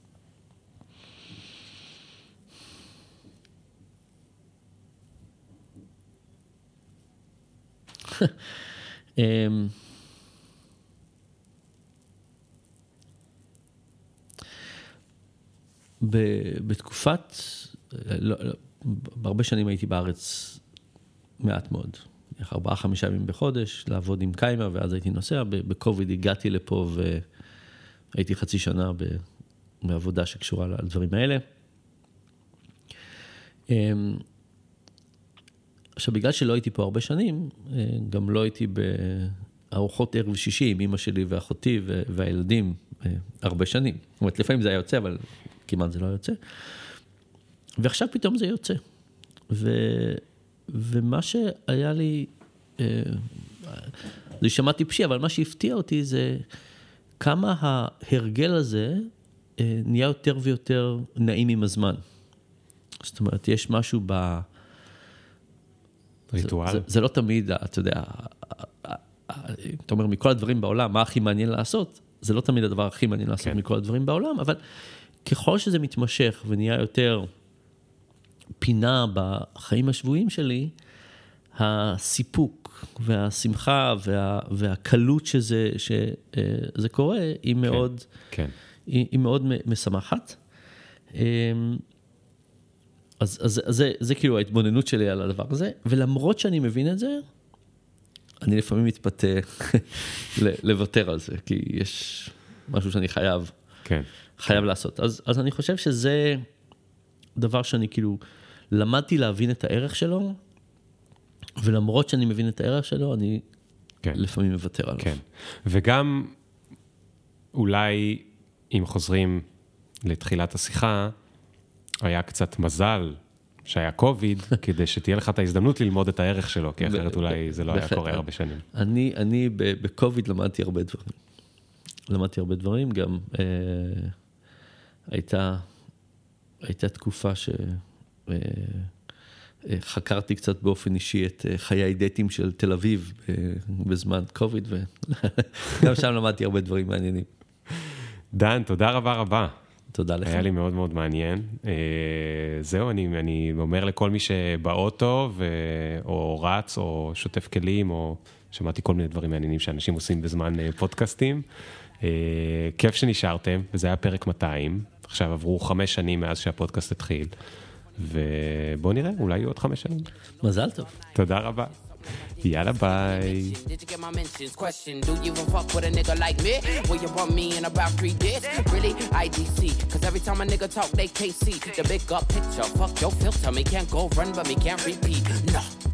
בתקופת, בהרבה שנים הייתי בארץ מעט מאוד, 4-5 ימים בחודש, לעבוד עם קיימה, ואז הייתי נוסע, בקוביד הגעתי לפה והייתי חצי שנה בעבודה שקשורה לדברים האלה. עכשיו, בגלל שלא הייתי פה הרבה שנים, גם לא הייתי בארוחות ערב שישי עם אמא שלי ואחותי והילדים הרבה שנים. זאת אומרת, לפעמים זה היה יוצא, אבל כמעט זה לא יוצא. ועכשיו פתאום זה יוצא. ומה שהיה לי, זה יישמע טיפשי, אבל מה שהפתיע אותי זה כמה ההרגל הזה נהיה יותר ויותר נעים עם הזמן. זאת אומרת, יש משהו ריטואל. זה לא תמיד, אתה יודע, אתה אומר, מכל הדברים בעולם, מה הכי מעניין לעשות? זה לא תמיד הדבר הכי מעניין לעשות מכל הדברים בעולם, אבל ככל שזה מתמשך ונהיה יותר פינה בחיים השבועיים שלי, הסיפוק והשמחה והקלות שזה קורה, היא מאוד, היא מאוד משמחת. אז זה כאילו ההתבוננות שלי על הדבר הזה, ולמרות שאני מבין את זה, אני לפעמים מתפתה לוותר על זה, כי יש משהו שאני חייב לעשות. אז אני חושב שזה דבר שאני כאילו למדתי להבין את הערך שלו, ולמרות שאני מבין את הערך שלו, אני לפעמים מוותר עליו. כן, וגם אולי אם חוזרים לתחילת השיחה, היה קצת מזל שהיה קוביד, כדי שתהיה לך את ההזדמנות ללמוד את הערך שלו, כי אחרת אולי זה לא היה קורה הרבה שנים. אני בקוביד למדתי הרבה דברים, גם הייתה תקופה שחקרתי קצת באופן אישי את חיי דייטים של תל אביב בזמן קוביד, וגם שם למדתי הרבה דברים מעניינים. דן, תודה רבה. תודה לך. היה לי מאוד מאוד מעניין. זהו, אני אומר לכל מי שבאוטו, או רץ, או שוטף כלים, או שמעתי כל מיני דברים מעניינים שאנשים עושים בזמן פודקאסטים. כיף שנשארתם, וזה היה פרק 200. עכשיו עברו 5 שנים מאז שהפודקאסט התחיל, ובוא נראה, אולי יהיו עוד 5 שנים. מזל טוב. תודה רבה. יאללה ביי. Did you get my mentions? Question, do you even fuck with a nigga like me? Will you want me in about 3 days? Really? IDC. Cause every time a nigga talk, they can't see the big up picture. Fuck your filter, me can't go run, but me can't repeat. No.